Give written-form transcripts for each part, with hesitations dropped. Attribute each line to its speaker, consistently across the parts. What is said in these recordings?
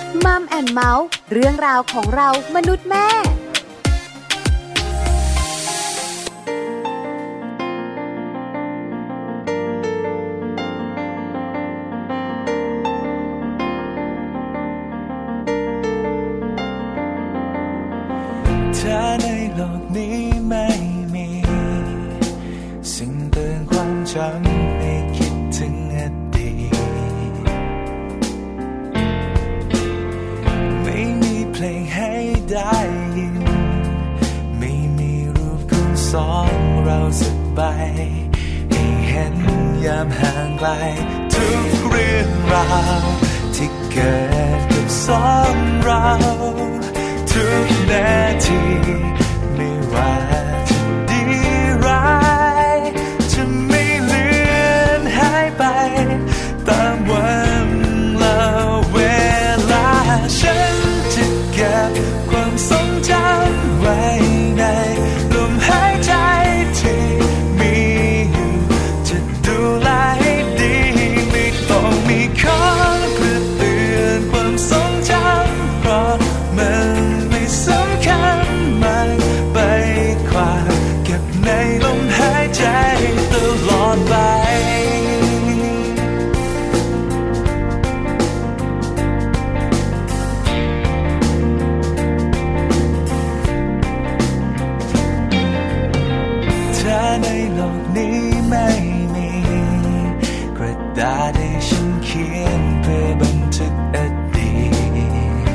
Speaker 1: มัมแอนด์เมาส์เรื่องราวของเรามนุษย์แม่
Speaker 2: ถ้าในโลกนี้ไม่มีสิ่งเตือนความจำให้คิดถึงอดีตไม่มีเพลงให้ได้ยินไม่มีรูปของสองเราสักใบให้เห็นยามห่างไกลทุกเรื่องราวที่เกิดกับสองเราทุกนาทีไม่ว่าจะดีร้ายจะไม่เลือนหายไปตามวันและเวลาฉันจะเก็บความทรงจำไว้ในลมหายใจที่มีอยู่จะดูแลให้ดีไม่ต้องมีของเพื่อเตือนความทรงจำเพราะมันสำคัญมากไปกว่าเก็บในลมหายใจตลอดไปถ้าในโลกนี้ไม่มีกระดาษให้ฉันเขียนเพื่อบันทึกอดีต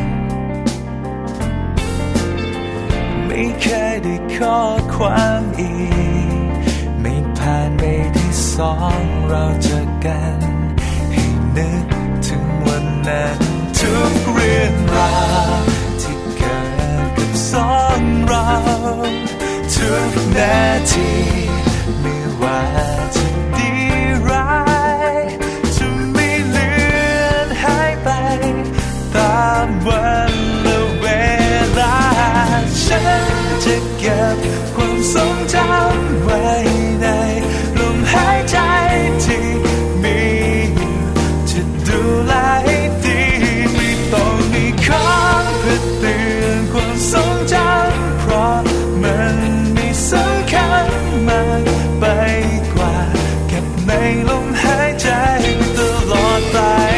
Speaker 2: ไม่เคยได้ข้อความอีกไม่ผ่านไปที่สองเราเจอกันให้นึกถึงวันนั้นทุกเรื่องราวที่เกิดกับสองเราทุกนาทีไม่ว่าจะดีร้ายจะไม่เลือนหายไปตามวันและเวลาฉันจะเก็บความทรงจำไว้ในลมหายใจที่มีอยู่จะดูแลให้ดีไม่ต้องมีของเพื่อเตือนความทรงจำเพราะมันไม่สำคัญมากไปกว่าเก็บในลมหายใจตลอดไป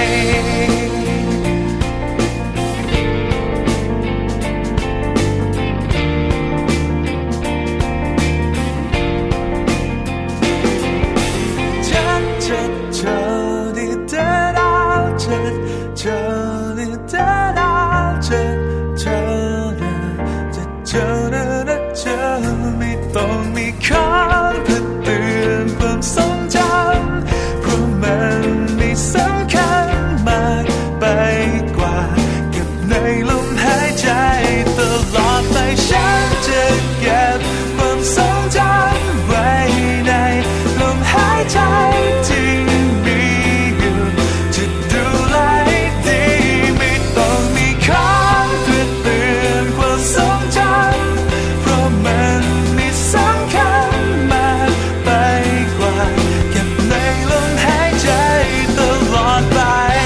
Speaker 2: ไม่ต้องมีของเพื่อเตือนความทรงจำเพราะมันไม่สำคัญมากไปกว่าเก็บในลมหายใจตลอดไปฉันจะเก็บความทรงจำไว้ในลมหายใจที่มีอยู่จะดูแลให้ดีไม่ต้องมีของเพื่อเตือนความทรงจำเพราะมันไม่สำคัญมากไปกว่าเก็บในลมหายใจตลอดไป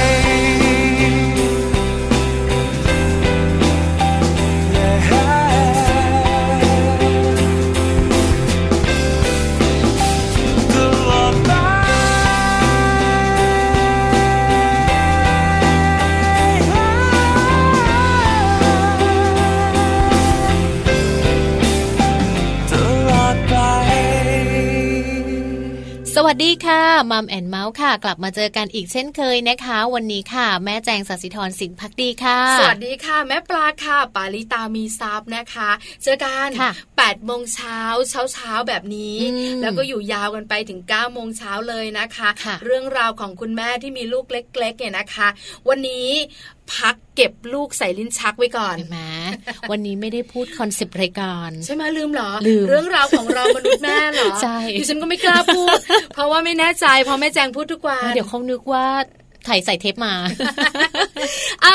Speaker 3: สวัสดีค่ะมัมแอนด์เมาส์ค่ะกลับมาเจอกันอีกเช่นเคยนะคะวันนี้ค่ะแม่แจงศศิธรสินภักดีค่ะ
Speaker 4: สวัสดีค่ะแม่ปลาค่ะปาริตามีซับนะคะเจอกัน 8 โมงเช้าแบบนี้แล้วก็อยู่ยาวกันไปถึง 9 โมงเช้าเลยนะคะเรื่องราวของคุณแม่ที่มีลูกเล็กๆเนี่ยนะคะวันนี้พักเก็บลูกใส่ลิ้นชักไว้ก่อน
Speaker 3: ใช่ไหมวันนี้ไม่ได้พูดคอนเซปต์รายการ
Speaker 4: ใช่ไหมลืมเหรอเรื่องราวของเรามนุษย์แม่เหรอ
Speaker 3: ใช่
Speaker 4: ดิฉันก็ไม่กล้าพูด เพราะว่าไม่แน่ใจเพราะแม่แจงพูดทุกวัน
Speaker 3: เดี๋ยวเขานึกว่าถ่ายใส่เทปมา
Speaker 4: เอา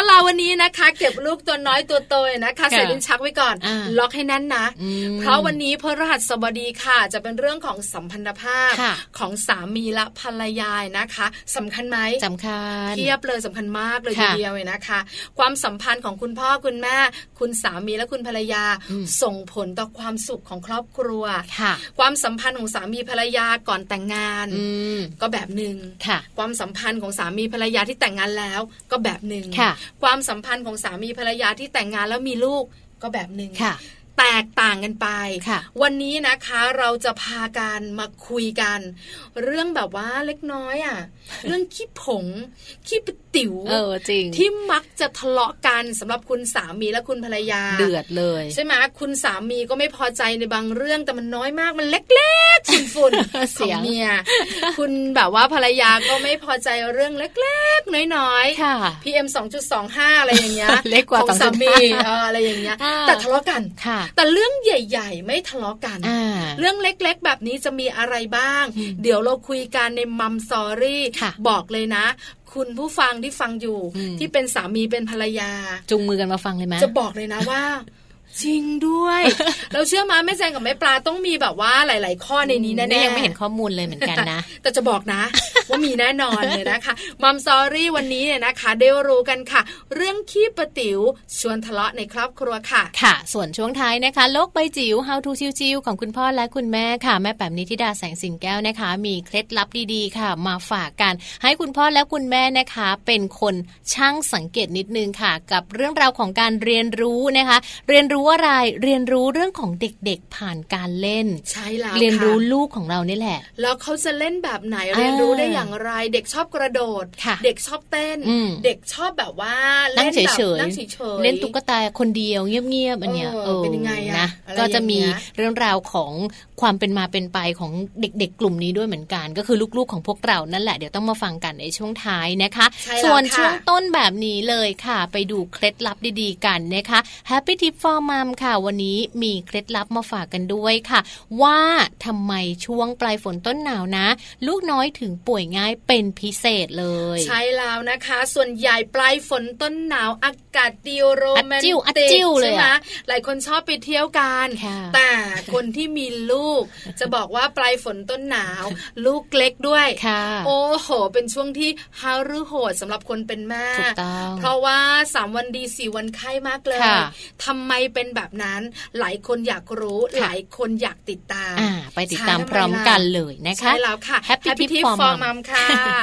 Speaker 4: ลาวันนี้นะคะเก็บลูกตัวน้อยตัวโตนะคะใส่ลิ้นชักไว้ก่อนล็อกให้แน่นนะเพราะวันนี้พฤหัสบดีค่ะจะเป็นเรื่องของสัมพันธภาพของสามีและภรรยานะคะสำคัญไหม
Speaker 3: สำคัญ
Speaker 4: เทียบเลยสำคัญมากเลยทีเดียวเลยนะคะความสัมพันธ์ของคุณพ่อคุณแม่คุณสามีและคุณภรรยาส่งผลต่อความสุขของครอบครัวความสัมพันธ์ของสามีภรรยาก่อนแต่งงานก็แบบนึงความสัมพันธ์ของสามีภรรยาที่แต่งงานแล้วก็แบบนึงความสัมพันธ์ของสามีภรรยาที่แต่งงานแล้วมีลูกก็แบบนึงแตกต่างกันไปวันนี้นะคะเราจะพากันมาคุยกันเรื่องแบบว่าเล็กน้อยเรื่องขี้ผงขี้ติ๋วที่มักจะทะเลาะกันสำหรับคุณสามีและคุณภรรยา
Speaker 3: เดือดเลย
Speaker 4: ใช่ไหมคุณสามีก็ไม่พอใจในบางเรื่องแต่มันน้อยมากมันเล็กๆฝุ่นๆของเมียคุณแบบว่าภรรยาก็ไม่พอใจเรื่องเล็กๆน้อยๆ PM 2.25 อะไรอย่างเงี้ยของสามีอะไรอย่างเงี้ยแต่ทะเลาะกันแต่เรื่องใหญ่ๆไม่ทะเลาะกันเรื่องเล็กๆแบบนี้จะมีอะไรบ้างเดี๋ยวเราคุยกันในมัมสตอรี่บอกเลยนะคุณผู้ฟังที่ฟังอยู่ที่เป็นสามีเป็นภรรยา
Speaker 3: จุงมือกันมาฟังเลยไหม
Speaker 4: จะบอกเลยนะว่าจริงด้วยเราเชื่อมาแม่แจงกับแม่ปลาต้องมีแบบว่าหลายๆข้อในนี้แน่ๆ
Speaker 3: ยังไม่เห็นข้อมูลเลยเหมือนกันนะ
Speaker 4: แต่จะบอกนะ ว่ามีแน่นอนเลยนะคะมัมสตอรี่วันนี้เนี่ยนะคะได้รู้กันค่ะเรื่องขี้ประติ๋วชวนทะเลาะในครอบครัวค่ะ
Speaker 3: ค่ะส่วนช่วงท้ายนะคะโลกใบจิ๋ว How to ชิวๆของคุณพ่อและคุณแม่ค่ะแม่แป๋มนิธิดาแสงสิงแก้วนะคะมีเคล็ดลับดีๆค่ะมาฝากกันให้คุณพ่อและคุณแม่นะคะเป็นคนช่างสังเกตนิดนึงค่ะกับเรื่องราวของการเรียนรู้นะคะเรียนรู้อะไรเรียนรู้เรื่องของเด็กๆผ่านการเล่น
Speaker 4: ใช่แล้ว
Speaker 3: เรียนรู้ลูกของเรานี่แหละ
Speaker 4: แล้วเขาจะเล่นแบบไหนเรียนรู้ได้อย่างไรเด็กชอบกระโดดเด็กชอบเต้นเด็กชอบแบบว่าเล่นแบบนั่งเฉยๆ
Speaker 3: เล่นตุ๊กตาคนเดียวเงียบๆอันเนี้ย
Speaker 4: เป็นยังไง
Speaker 3: นะก็จะมีเรื่องราวของความเป็นมาเป็นไปของเด็กๆกลุ่มนี้ด้วยเหมือนกันก็คือลูกๆของพวกเรานั่นแหละเดี๋ยวต้องมาฟังกันในช่วงท้ายนะคะส่วนช่วงต้นแบบนี้เลยค่ะไปดูเคล็ดลับดีๆกันนะคะ Happy Tip for Mom ค่ะวันนี้มีเคล็ดลับมาฝากกันด้วยค่ะว่าทำไมช่วงปลายฝนต้นหนาวนะลูกน้อยถึงป่วยง่ายเป็นพิเศษเลย
Speaker 4: ใช่แล้วนะคะส่วนใหญ่ปลายฝนต้นหนาวอากาศดีโรแมนติกใช่ไหมหลายคนชอบไปเที่ยวกันแต่คนที่มีลูกจะบอกว่าปลายฝนต้นหนาวลูกเล็กด้วยโอ้โหเป็นช่วงที่ฮารุโหดสำหรับคนเป็นแม่เพราะว่า3วันดี4วันไข้มากเลยทำไมเป็นแบบนั้นหลายคนอยากรู้หลายคนอยากติดตาม
Speaker 3: ไปติดตามพร้อมกันเลยนะคะ
Speaker 4: ใช่แล้วค่ะ Happy Tip for Mom ค่ะ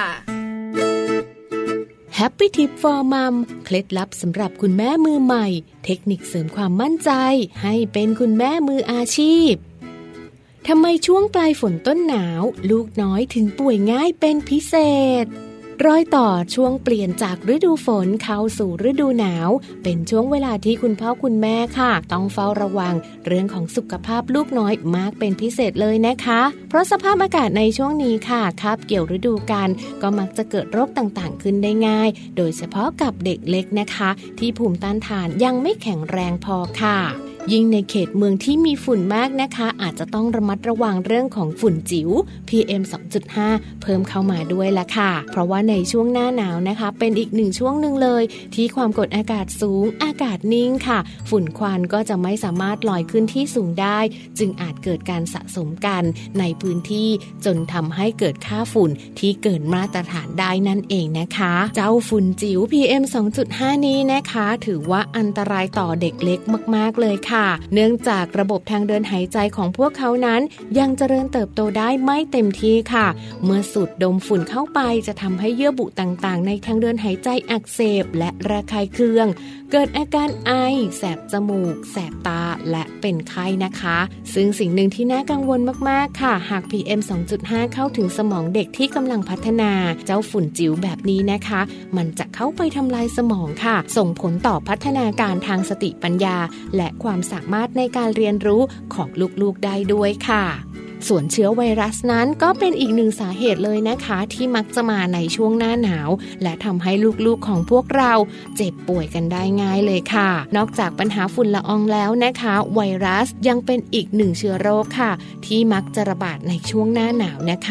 Speaker 5: Happy Tip for Mom เคล็ดลับสำหรับคุณแม่มือใหม่เทคนิคเสริมความมั่นใจให้เป็นคุณแม่มืออาชีพทำไมช่วงปลายฝนต้นหนาวลูกน้อยถึงป่วยง่ายเป็นพิเศษรอยต่อช่วงเปลี่ยนจากฤดูฝนเข้าสู่ฤดูหนาวเป็นช่วงเวลาที่คุณพ่อคุณแม่ค่ะต้องเฝ้าระวังเรื่องของสุขภาพลูกน้อยมากเป็นพิเศษเลยนะคะเพราะสภาพอากาศในช่วงนี้ค่ะคาบเกี่ยวฤดูกาลก็มักจะเกิดโรคต่างๆขึ้นได้ง่ายโดยเฉพาะกับเด็กเล็กนะคะที่ภูมิต้านทานยังไม่แข็งแรงพอค่ะยิ่งในเขตเมืองที่มีฝุ่นมากนะคะอาจจะต้องระมัดระวังเรื่องของฝุ่นจิ๋ว PM 2.5 เพิ่มเข้ามาด้วยละค่ะเพราะว่าในช่วงหน้าหนาวนะคะเป็นอีกหนึ่งช่วงหนึ่งเลยที่ความกดอากาศสูงอากาศนิ่งค่ะฝุ่นควันก็จะไม่สามารถลอยขึ้นที่สูงได้จึงอาจเกิดการสะสมกันในพื้นที่จนทำให้เกิดค่าฝุ่นที่เกินมาตรฐานได้นั่นเองนะคะเจ้าฝุ่นจิ๋ว PM 2.5 นี้นะคะถือว่าอันตรายต่อเด็กเล็กมากๆเลยค่ะเนื่องจากระบบทางเดินหายใจของพวกเขานั้นยังเจริญเติบโตได้ไม่เต็มที่ค่ะเมื่อสูดดมฝุ่นเข้าไปจะทำให้เยื่อบุต่างๆในทางเดินหายใจอักเสบและระคายเคืองเกิดอาการไอแสบจมูกแสบตาและเป็นไข้นะคะซึ่งสิ่งหนึ่งที่น่ากังวลมากๆค่ะหาก PM 2.5 เข้าถึงสมองเด็กที่กำลังพัฒนาเจ้าฝุ่นจิ๋วแบบนี้นะคะมันจะเข้าไปทำลายสมองค่ะส่งผลต่อพัฒนาการทางสติปัญญาและความสามารถในการเรียนรู้ของลูกๆได้ด้วยค่ะส่วนเชื้อไวรัสนั้นก็เป็นอีกหนึ่งสาเหตุเลยนะคะที่มักจะมาในช่วงหน้าหนาวและทำให้ลูกๆของพวกเราเจ็บป่วยกันได้ง่ายเลยค่ะนอกจากปัญหาฝุ่นละอองแล้วนะคะไวรัสยังเป็นอีกหนึ่งเชื้อโรคค่ะที่มักจะระบาดในช่วงหน้าหนาวนะคะ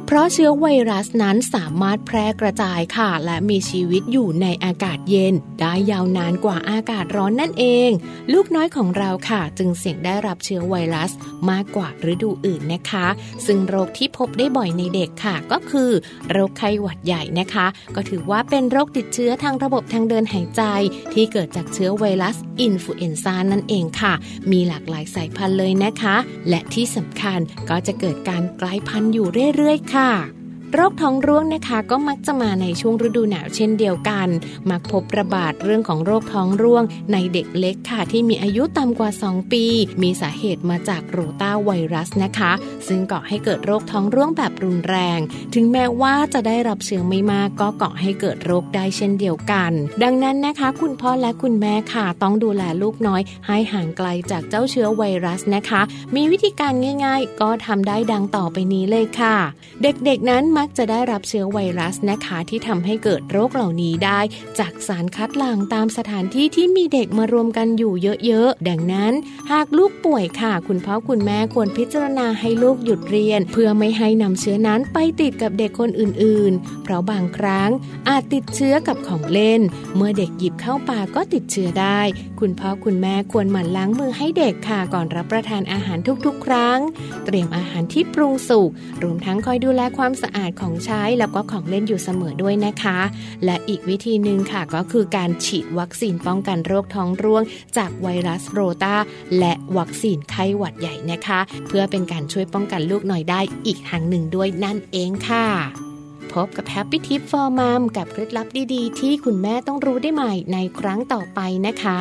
Speaker 5: เพราะเชื้อไวรัสนั้นสามารถแพร่กระจายค่ะและมีชีวิตอยู่ในอากาศเย็นได้ยาวนานกว่าอากาศร้อนนั่นเองลูกน้อยของเราค่ะจึงเสี่ยงได้รับเชื้อไวรัสมากกว่าฤดูอื่นนะคะซึ่งโรคที่พบได้บ่อยในเด็กค่ะก็คือโรคไข้หวัดใหญ่นะคะก็ถือว่าเป็นโรคติดเชื้อทางระบบทางเดินหายใจที่เกิดจากเชื้อไวรัสอินฟลูเอนซ่านั่นเองค่ะมีหลากหลายสายพันธุ์เลยนะคะและที่สำคัญก็จะเกิดการกลายพันธุ์อยู่เรื่อยๆค่ะโรคท้องร่วงนะคะก็มักจะมาในช่วงฤดูหนาวเช่นเดียวกันมักพบระบาดเรื่องของโรคท้องร่วงในเด็กเล็กค่ะที่มีอายุต่ำกว่า2ปีมีสาเหตุมาจากโรตาไวรัสนะคะซึ่งก่อให้เกิดโรคท้องร่วงแบบรุนแรงถึงแม้ว่าจะได้รับเชื้อไม่มากก็ก่อให้เกิดโรคได้เช่นเดียวกันดังนั้นนะคะคุณพ่อและคุณแม่ค่ะต้องดูแลลูกน้อยให้ห่างไกลจากเจ้าเชื้อไวรัสนะคะมีวิธีการง่ายๆก็ทำได้ดังต่อไปนี้เลยค่ะเด็กๆนั้นมักจะได้รับเชื้อไวรัสนะคะที่ทำให้เกิดโรคเหล่านี้ได้จากสารคัดหลั่งตามสถานที่ที่มีเด็กมารวมกันอยู่เยอะๆดังนั้นหากลูกป่วยค่ะคุณพ่อคุณแม่ควรพิจารณาให้ลูกหยุดเรียนเพื่อไม่ให้นำเชื้อนั้นไปติดกับเด็กคนอื่นๆเพราะบางครั้งอาจติดเชื้อกับของเล่นเมื่อเด็กหยิบเข้าปากก็ติดเชื้อได้คุณพ่อคุณแม่ควรหมั่นล้างมือให้เด็กค่ะก่อนรับประทานอาหารทุกๆครั้งเตรียมอาหารที่ปรุงสุกรวมทั้งคอยดูแลความสะอาดของใช้แล้วก็ของเล่นอยู่เสมอด้วยนะคะและอีกวิธีหนึ่งค่ะก็คือการฉีดวัคซีนป้องกันโรคท้องร่วงจากไวรัสโรตาและวัคซีนไข้หวัดใหญ่นะคะเพื่อเป็นการช่วยป้องกันลูกน้อยได้อีกทางหนึ่งด้วยนั่นเองค่ะพบกับ Happy Tip for Mom กับเคล็ดลับดีๆที่คุณแม่ต้องรู้ได้ใหม่ในครั้งต่อไปนะคะ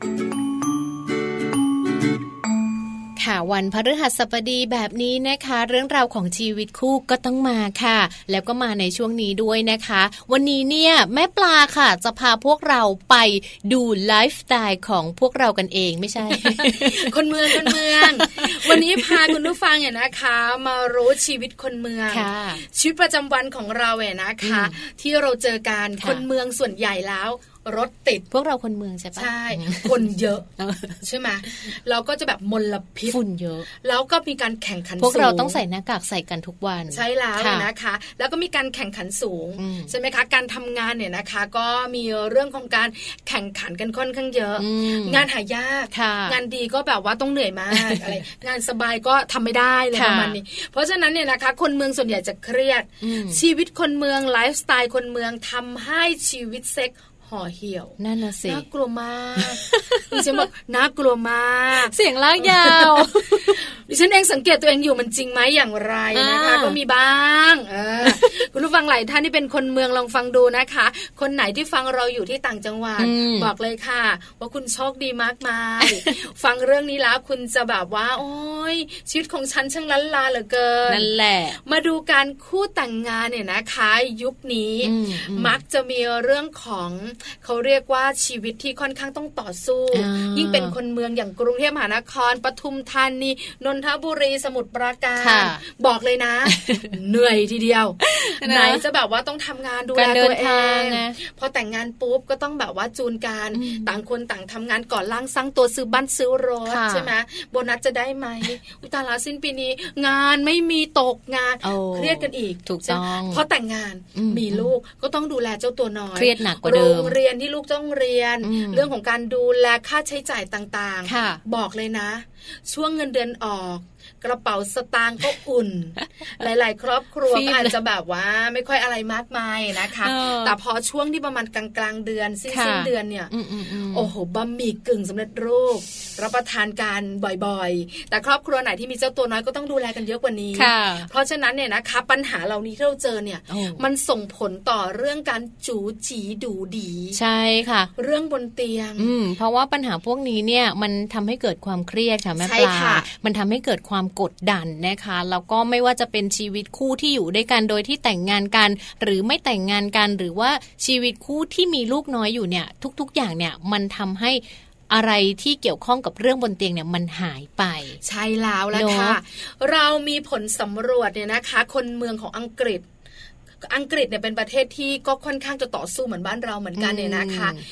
Speaker 5: ค่ะวันพฤหัสบดีแบบนี้นะคะเรื่องราวของชีวิตคู่ก็ต้องมาค่ะแล้วก็มาในช่วงนี้ด้วยนะคะวันนี้เนี่ยแม่ปลาค่ะจะพาพวกเราไปดูไลฟ์สไตล์ของพวกเรากันเองไม่ใช่
Speaker 4: คนเมืองวันนี้พาคุณผู้ฟังเนี่ยนะคะมารู้ชีวิตคนเมืองชีวิตประจำวันของเราเนี่ยนะคะที่เราเจอกันคนเมืองส่วนใหญ่แล้วรถติด
Speaker 3: พวกเราคนเมืองใช่ปะ
Speaker 4: ใช่คนเยอะใช่ไหมเราก็จะแบบมลพิษ
Speaker 3: ฝุ่นเยอะ
Speaker 4: แล้วก็มีการแข่งขันสูง
Speaker 3: พวกเราต้องใส่หน้ากากใส่กันทุกวัน
Speaker 4: ใช่แล้วนะคะแล้วก็มีการแข่งขันสูงใช่ไหมคะการทำงานเนี่ยนะคะก็มีเรื่องของการแข่งขันกันค่อนข้างเยอะงานหายากงานดีก็แบบว่าต้องเหนื่อยมากอะไรงานสบายก็ทำไม่ได้เลยประมาณนี้เพราะฉะนั้นเนี่ยนะคะคนเมืองส่วนใหญ่จะเครียดชีวิตคนเมืองไลฟ์สไตล์คนเมืองทำให้ชีวิตเซ็กห่อเหี่ยว
Speaker 3: นั่นน่ะสิ
Speaker 4: น่ากลัวมากดิฉันบอกน่ากลัวมาก
Speaker 3: เสียงลากยาว
Speaker 4: ดิฉันเองสังเกตตัวเองอยู่มันจริงไหมอย่างไรนะคะก็มีบ้างคุณผู้ฟังหลายท่านที่เป็นคนเมืองลองฟังดูนะคะคนไหนที่ฟังเราอยู่ที่ต่างจังหวัดบอกเลยค่ะว่าคุณโชคดีมากมายฟังเรื่องนี้แล้วคุณจะแบบว่าโอ๊ยชีวิตของฉันช่างล้านลาเหลือเกิน
Speaker 3: นั่นแหละ
Speaker 4: มาดูการคู่แต่งงานเนี่ยนะคะยุคนี้มักจะมีเรื่องของเขาเรียกว่าชีวิตที่ค่อนข้างต้องต่อสู้ยิ่งเป็นคนเมืองอย่างกรุงเทพมหานครปทุมธานีนนทบุรีสมุทรปราการบอกเลยนะ เหนื่อยทีเดียวไหนจะแบบว่าต้องทำงานดูแลตัวเองพอแต่งงานปุ๊บก็ต้องแบบว่าจูนกันต่างคนต่างทำงานก่อนล่างสร้างตัวซื้อบ้านซื้อรถใช่ไหมโบนัสจะได้ไหมอุตาลาสิ้นปีนี้งานไม่มีตกงานเครียดกันอีก
Speaker 3: ถูกต้อง
Speaker 4: พอแต่งงานมีลูกก็ต้องดูแลเจ้าตัวน้อย
Speaker 3: เครียดหนักกว่าเดิม
Speaker 4: เรียนที่ลูกต้องเรียนเรื่องของการดูแลค่าใช้จ่ายต่างๆบอกเลยนะช่วงเงินเดือนออกกระเป๋าสตางค์ก็อุ่น หลายๆครอบครัวอาจจะแบบว่าไม่ค่อยอะไรมากมายนะคะแต่พอช่วงที่ประมาณกลางๆเดือนสิ้นเดือนเนี่ยโอ้โหบะหมี่กึ่งสำเร็จรูปรับประทานกันบ่อยๆแต่ครอบครัวไหนที่มีเจ้าตัวน้อยก็ต้องดูแลกันเยอะกว่านี้เพราะฉะนั้นเนี่ยนะคะปัญหาเหล่านี้ที่เราเจอเนี่ยมันส่งผลต่อเรื่องการจู๋จีดูดี
Speaker 3: ใช่ค่ะ
Speaker 4: เรื่องบนเตียง
Speaker 3: เพราะว่าปัญหาพวกนี้เนี่ยมันทำให้เกิดความเครียดค่ะแม่ปลามันทำให้เกิดความกดดันนะคะแล้วก็ไม่ว่าจะเป็นชีวิตคู่ที่อยู่ด้วยกันโดยที่แต่งงานกันหรือไม่แต่งงานกันหรือว่าชีวิตคู่ที่มีลูกน้อยอยู่เนี่ยทุกๆอย่างเนี่ยมันทำให้อะไรที่เกี่ยวข้องกับเรื่องบนเตียงเนี่ยมันหายไป
Speaker 4: ใช่แล้วล่ะค่ะเรามีผลสำรวจเนี่ยนะคะคนเมืองของอังกฤษเนี่ยเป็นประเทศที่ก็ค่อนข้างจะต่อสู้เหมือนบ้านเราเหมือนกันเนี่ยนะคะ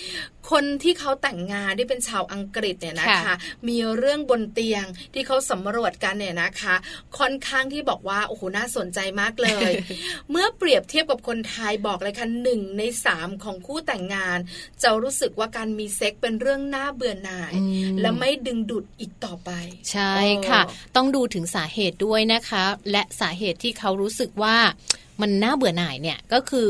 Speaker 4: คนที่เขาแต่งงานที่เป็นชาวอังกฤษเนี่ยนะคะมีเรื่องบนเตียงที่เขาสำรวจกันเนี่ยนะคะค่อนข้างที่บอกว่าโอ้โหน่าสนใจมากเลย เมื่อเปรียบเทียบกับคนไทยบอกเลยค่ะ1 ใน 3ของคู่แต่งงานจะรู้สึกว่าการมีเซ็กเป็นเรื่องน่าเบื่อหน่ายและไม่ดึงดูดอีกต่อไป
Speaker 3: ใช่ค่ะต้องดูถึงสาเหตุด้วยนะคะและสาเหตุที่เขารู้สึกว่ามันน่าเบื่อหน่ายเนี่ยก็คือ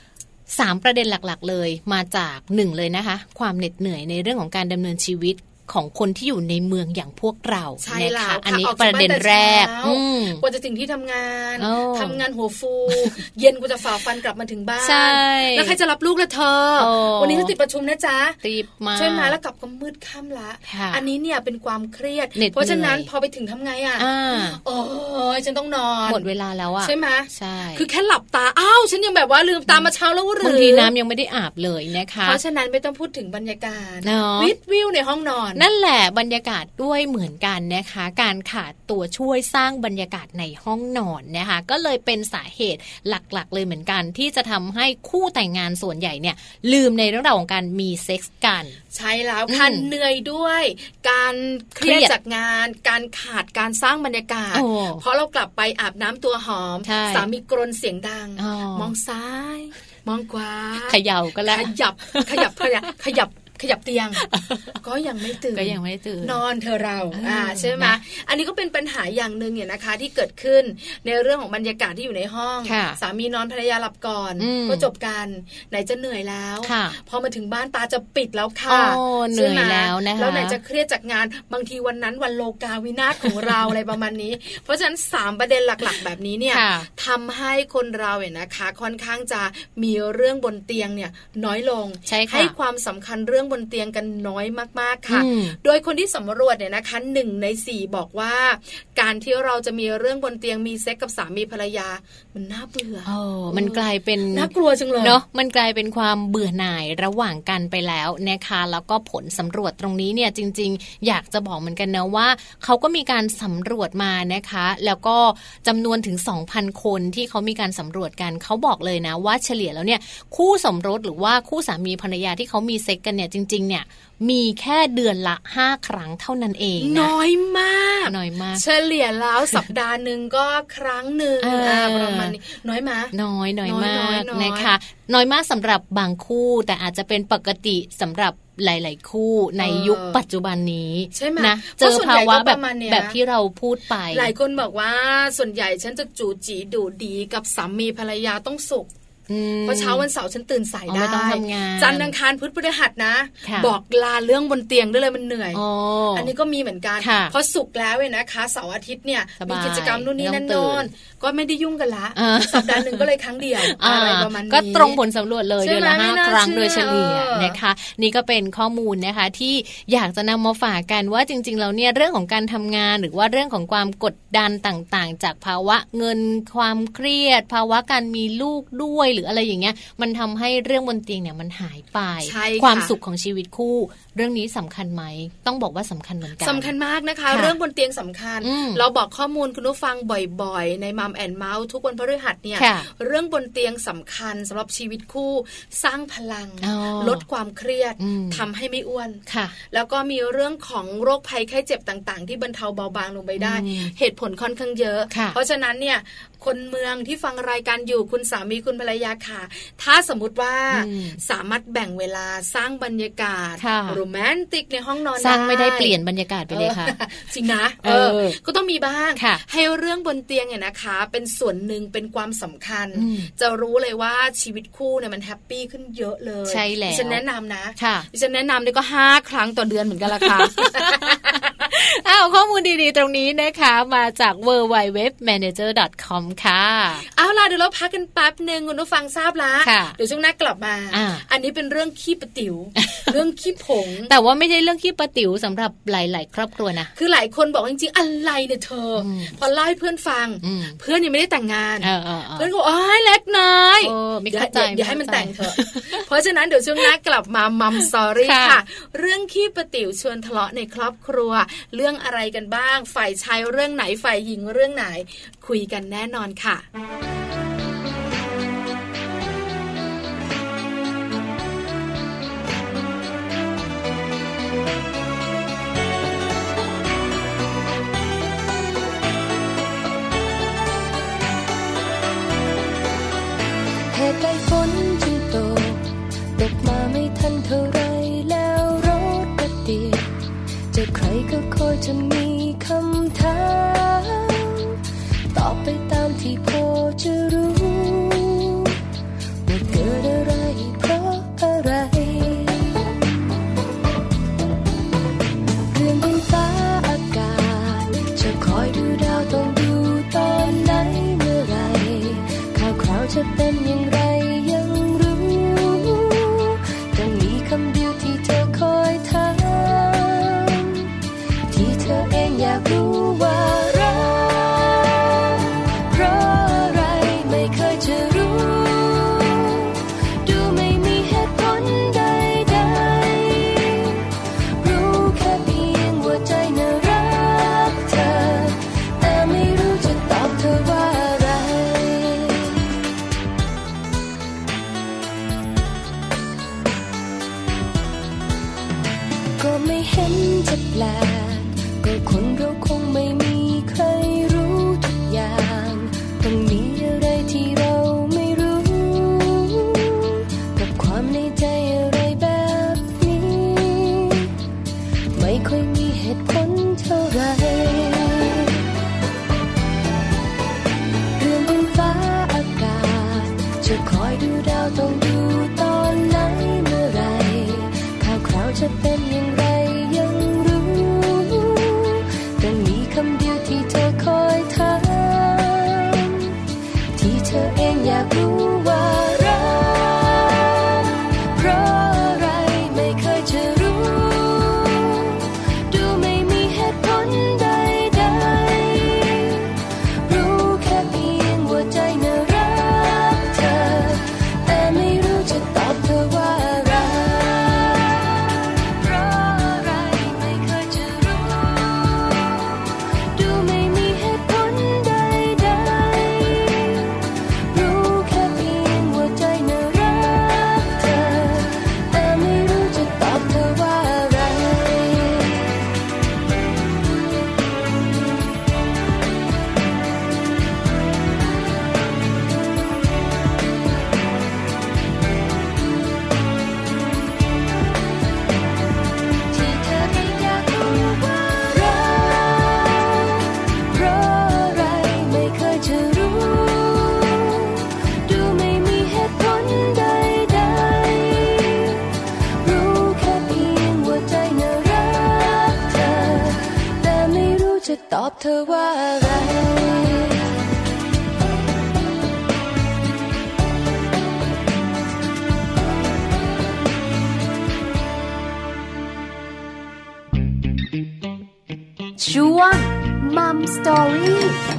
Speaker 3: 3ประเด็นหลักๆเลยมาจาก1เลยนะคะความเหน็ดเหนื่อยในเรื่องของการดำเนินชีวิตของคนที่อยู่ในเมืองอย่างพวกเรานะคะอันนี้ประเด็นแรก
Speaker 4: กว่าจะถึงที่ทำงานหัวฟูเย็นกูจะฝ่าฟันกลับมาถึงบ้านแล้วใครจะรับลูกล่ะเธอวันนี้ฉันติดประชุมนะจ๊ะ
Speaker 3: รีบมา
Speaker 4: ช่วยมาแล้วกลับก็มืดค่ำละอันนี้เนี่ยเป็นความเครียดเพราะฉะนั้นพอไปถึงทำไงอ่ะโอ้ยฉันต้องนอน
Speaker 3: หมดเวลาแล้วอ่ะ
Speaker 4: ใช่ไหม
Speaker 3: ใช่
Speaker 4: คือแค่หลับตาอ้าวฉันยังแบบว่าลืมตามาเช้าแล้วหรือบ
Speaker 3: างทีน้ำยังไม่ได้อาบเลยนะคะ
Speaker 4: เพราะฉะนั้นไม่ต้องพูดถึงบรรยากาศวิวในห้องนอน
Speaker 3: นั่นแหละบรรยากาศด้วยเหมือนกันนะคะการขาดตัวช่วยสร้างบรรยากาศในห้องนอนนะคะก็เลยเป็นสาเหตุหลักๆเลยเหมือนกันที่จะทำให้คู่แต่งงานส่วนใหญ่เนี่ยลืมในเรื่องราวของการมีเซ็กส์กัน
Speaker 4: ใช่แล้วค่ะเหนื่อยด้วยการเครียดจากงานการขาดการสร้างบรรยากาศเพราะเรากลับไปอาบน้ำตัวหอมสามีกรนเสียงดังมองซ้ายมองขวา
Speaker 3: เขย่าก็แล้ว
Speaker 4: ขยับเตียงก็ยังไม่ตื่นนอนเธอเราใช่ไหมอันนี้ก็เป็นปัญหาอย่างนึงเนี่ยนะคะที่เกิดขึ้นในเรื่องของบรรยากาศที่อยู่ในห้องสามีนอนภรรยาหลับก่อนก็จบกันไหนจะเหนื่อยแล้วพอมาถึงบ้านตาจะปิดแล้วค่ะ
Speaker 3: เหนื่อยแล้วนะคะ
Speaker 4: แล้วไหนจะเครียดจากงานบางทีวันนั้นวันโลกาวินาศของเราอะไรประมาณนี้เพราะฉะนั้น3ประเด็นหลักๆแบบนี้เนี่ยทำให้คนเราเนี่ยนะคะค่อนข้างจะมีเรื่องบนเตียงเนี่ยน้อยลงให้ความสำคัญเรื่องบนเตียงกันน้อยมากๆค่ะโดยคนที่สำรวจเนี่ยนะคะ1 ใน 4บอกว่าการที่เราจะมีเรื่องบนเตียงมีเซ็กกับสามีภรรยามันน่าเบื่อ
Speaker 3: มันกลายเป็น
Speaker 4: น่ากลัวจังเลย
Speaker 3: เนาะมันกลายเป็นความเบื่อหน่ายระหว่างกันไปแล้วนะคะแล้วก็ผลสำรวจตรงนี้เนี่ยจริงๆอยากจะบอกเหมือนกันนะว่าเขาก็มีการสำรวจมานะคะแล้วก็จำนวนถึง 2,000 คนที่เขามีการสำรวจกันเขาบอกเลยนะว่าเฉลี่ยแล้วเนี่ยคู่สมรสหรือว่าคู่สามีภรรยาที่เขามีเซ็กกันเนี่ยจริงๆเนี่ยมีแค่เดือนละ5 ครั้งเท่านั้นเองนะ
Speaker 4: น้อยมากเฉลี่ยแล้วสัปดาห์นึงก็ครั้งนึงประมาณนี้น้อยมั้ย
Speaker 3: น้อยมากนะคะน้อยมากสำหรับบางคู่แต่อาจจะเป็นปกติสำหรับหลายๆคู่ในยุคปัจจุบันนี้นะเจอภาวะแบบที่เราพูดไป
Speaker 4: หลายคนบอกว่าส่วนใหญ่ฉันจะจูจีดูดีกับสามีภรรยาต้องสุขเพราะเช้าวันเสาร์ฉันตื่นสายได้จันทร์อังคารพุธพฤหัสนะบอกลาเรื่องบนเตียงได้เลยมันเหนื่อยอันนี้ก็มีเหมือนกันพอศุกร์แล้วเนี่ยนะคะเสาร์อาทิตย์เนี่ยมีกิจกรรมนู่นนี่นั่นโน่นก็ไม่ได้ยุ่งกันละสัปดาห์นึงก็เลยครั้งเดียวอะไรประมาณนี้
Speaker 3: ก็ตรงผลสำรวจเลยเดือนละ5 ครั้งโดยเฉลี่ยนะคะนี่ก็เป็นข้อมูลนะคะที่อยากจะนำมาฝากกันว่าจริงๆแล้วเนี่ยเรื่องของการทำงานหรือว่าเรื่องของความกดดันต่างๆจากภาวะเงินความเครียดภาวะการมีลูกด้วยหรืออะไรอย่างเงี้ยมันทำให้เรื่องบนเตียงเนี่ยมันหายไปความสุขของชีวิตคู่เรื่องนี้สำคัญไหมต้องบอกว่าสำคัญเหมือนกัน
Speaker 4: สำคัญมากนะคะเรื่องบนเตียงสำคัญเราบอกข้อมูลคุณผู้ฟังบ่อยๆในมัมแอนด์เมาส์ทุกวันพฤหัสเนี่ยเรื่องบนเตียงสำคัญสำหรับชีวิตคู่สร้างพลังลดความเครียดทำให้ไม่อ้วนแล้วก็มีเรื่องของโรคภัยไข้เจ็บต่างๆที่บรรเทาเบาบางลงไปได้เหตุผลค่อนข้างเยอะเพราะฉะนั้นเนี่ยคนเมืองที่ฟังรายการอยู่คุณสามีคุณภรรยาค่ะถ้าสมมติว่าสามารถแบ่งเวลาสร้างบรรยากาศโรแมนติกในห้องนอน
Speaker 3: สร้างไม่ได้เปลี่ยนบรรยากาศไปเลยค่ะ
Speaker 4: จริงนะก็ต้องมีบ้างให้เรื่องบนเตียงเนี่ยนะคะเป็นส่วนหนึ่งเป็นความสำคัญจะรู้เลยว่าชีวิตคู่เนี่ยมันแฮปปี้ขึ้นเยอะเลย
Speaker 3: ใช่แล้ว
Speaker 4: ดิฉันแนะนำนะดิฉันแนะนำนี่ก็5 ครั้งต่อเดือนเหมือนกันละค่ะ
Speaker 3: ข้อมูลดีๆตรงนี้นะคะมาจาก www.manager.com ค่ะ
Speaker 4: เอาล่ะเดี๋ยวเราพักกันแป๊บนึงคุณผู้ฟังทราบแล้วเดี๋ยวช่วงหน้ากลับมาอันนี้เป็นเรื่องขี้ปะติ๋วเรื่องขี้ผง
Speaker 3: แต่ว่าไม่ใช่เรื่องขี้ปะติ๋วสำหรับหลายๆครอบครัวนะ
Speaker 4: คือหลายคนบอกจริงๆอะไรเนี่ยเธอพอเล่าให้เพื่อนฟังเพื่อนยังไม่ได้แต่งงานเพื่อนก็บอกเล็กน้อยเดี๋ยวให้มันแต่งเถอะเพราะฉะนั้นเดี๋ยวช่วงหน้ากลับมามัมสอรี่ค่ะเรื่องขี้ปะติ๋วชวนทะเลาะในครอบครัวเรื่องอะไรกันบ้างฝ่ายชายเรื่องไหนฝ่ายหญิงเรื่องไหนคุยกันแน่นอนค่ะ
Speaker 6: จะมีคำถามตอบไปตามที่พอจะรู้ว่าเกิดอะไรเพราะอะไรเรื่องบนฟ้าอากาศจะคอยดูดาวต้องดูตอนไหนเมื่อไรข่าวคราวจะเป็นอย่างไรยังรู้ต้องมีคำเดียวที่เธอคอยถามที่เธอเองอยากรู้ว่ารักเพราะอะไรไม่เคยจะรู้ดูไม่มีเหตุผลใดๆรู้แค่เพียงว่าใจน่ารักเธอแต่ไม่รู้จะตอบเธอว่าอะไรก็ไม่เห็นจะแปลกก็คนเราคงไม่มีใครรู้ทุกอย่างต้องมีอะไรที่เราไม่รู้กับความในใจอะไรแบบนี้ไม่ค่อยมีเหตุผลเท่าไหร่เรื่องบนฟ้าอากาศจะคอยดูดาวต้องดูตอนไหนเมื่อไรข่าวคราวจะเป็นอย่างไรยังรู้ต้องมีคำเดียวที่เธอคอยถามที่เธอเองอยากรู้ว่ารักเพราะอะไรไม่เคยจะรู้ดูไม่มีเหตุผลใดๆรู้แค่เพียงว่าใจน่ารักเธอแต่ไม่รู้จะตอบเธอว่าอะไรเพราะอะไรไม่เคยจะรู้ดูไม่มีเหตุผลใดๆรู้แค่เพียงว่าใจน่ารักเธอแต่ไม่รู้จะตอบเธอว่าอะไรที่เธอเองอยากรู้ว่ารักเพราะอะไรไม่เคยจะรู้ดูไม่มีเหตุผลใดๆรู้แค่เพียงว่าใจน่ารักเธอแต่ไม่รู้จะตอบเธอว่าอะไร
Speaker 1: ช่วงมัมสตอรี่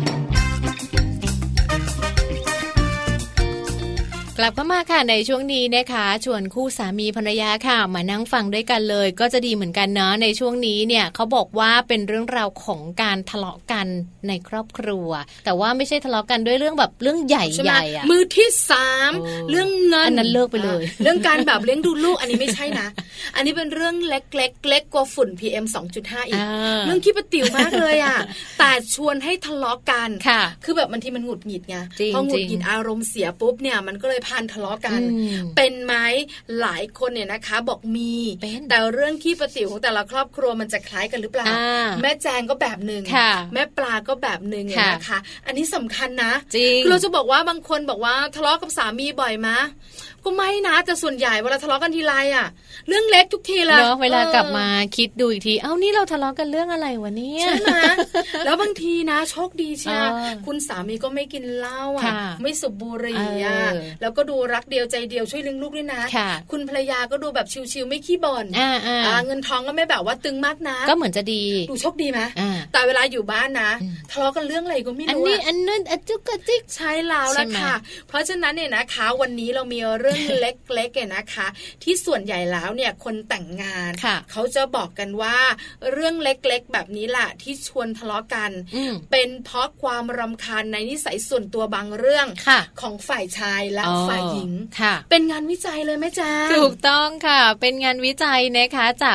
Speaker 3: กลับเข้ามาค่ะในช่วงนี้นะคะชวนคู่สามีภรรยาค่ะมานั่งฟังด้วยกันเลยก็จะดีเหมือนกันเนาะในช่วงนี้เนี่ยเขาบอกว่าเป็นเรื่องราวของการทะเลาะกันในครอบครัวแต่ว่าไม่ใช่ทะเลาะกันด้วยเรื่องแบบเรื่องใหญ่ๆอ่ะ
Speaker 4: มือที่3เรื่องเงิน
Speaker 3: อันนั้นเลิกไปเลย
Speaker 4: เรื่องการแบบเลี้ยงดูลูกอันนี้ไม่ใช่นะอันนี้เป็นเรื่องเล็กๆเล็กกว่าฝุ่น PM 2.5 อีกเรื่องขี้ประติ๋วมากเลยอ่ะแต่ชวนให้ทะเลาะกันคือแบบบางทีมันหงุดหงิดไงพอหงุดหงิดอารมณ์เสียปุ๊บเนี่ยมันก็เลยพันทะเลาะกันเป็นไหมหลายคนเนี่ยนะคะบอกมีแต่เรื่องขี้ประติ๋วของแต่ละครอบครัวมันจะคล้ายกันหรือเปล่าแม่แจงก็แบบนึงแม่ปลาก็แบบนึงนะคะอันนี้สำคัญนะคือเราจะบอกว่าบางคนบอกว่าทะเลาะกับสามีบ่อยมะก็ไม่นะแต่ส่วนใหญ่เวลาทะเลาะกันทีไรอะเรื่องเล็กทุกทีเลย
Speaker 3: เนาะเวลากลับมาคิดดูอีกทีเอ้านี่เราทะเลาะกันเรื่องอะไรวะเนี่ย
Speaker 4: ใช่ไหมแล้วบางทีนะโชคดีใช่คุณสามีก็ไม่กินเหล้าอ่ะไม่สูบบุหรี่อ่ะแล้วก็ดูรักเดียวใจเดียวช่วยเลี้ยงลูกด้วยนะคุณภรรยาก็ดูแบบชิลๆไม่ขี้บ่นเงินทองก็ไม่แบบว่าตึงมากนะ
Speaker 3: ก็เหมือนจะดี
Speaker 4: ดูโชคดีไหมแต่เวลาอยู่บ้านนะทะเลาะกันเรื่องอะไรก็ไม่รู้
Speaker 3: อันนั้นจุกกระจิก
Speaker 4: ใช่แล้วล่ะค่ะเพราะฉะนั้นเนี่ยนะคะวันนี้เรามีเรื่องเล็กๆนะคะที่ส่วนใหญ่แล้วเนี่ยคนแต่งงานเขาจะบอกกันว่าเรื่องเล็กๆแบบนี้แหละที่ชวนทะเลาะกันเป็นเพราะความรำคาญในนิสัยส่วนตัวบางเรื่องของฝ่ายชายและฝ่ายหญิงเป็นงานวิจัยเลยแม่จ๊ะ
Speaker 3: ถูกต้องค่ะเป็นงานวิจัยนะคะจาก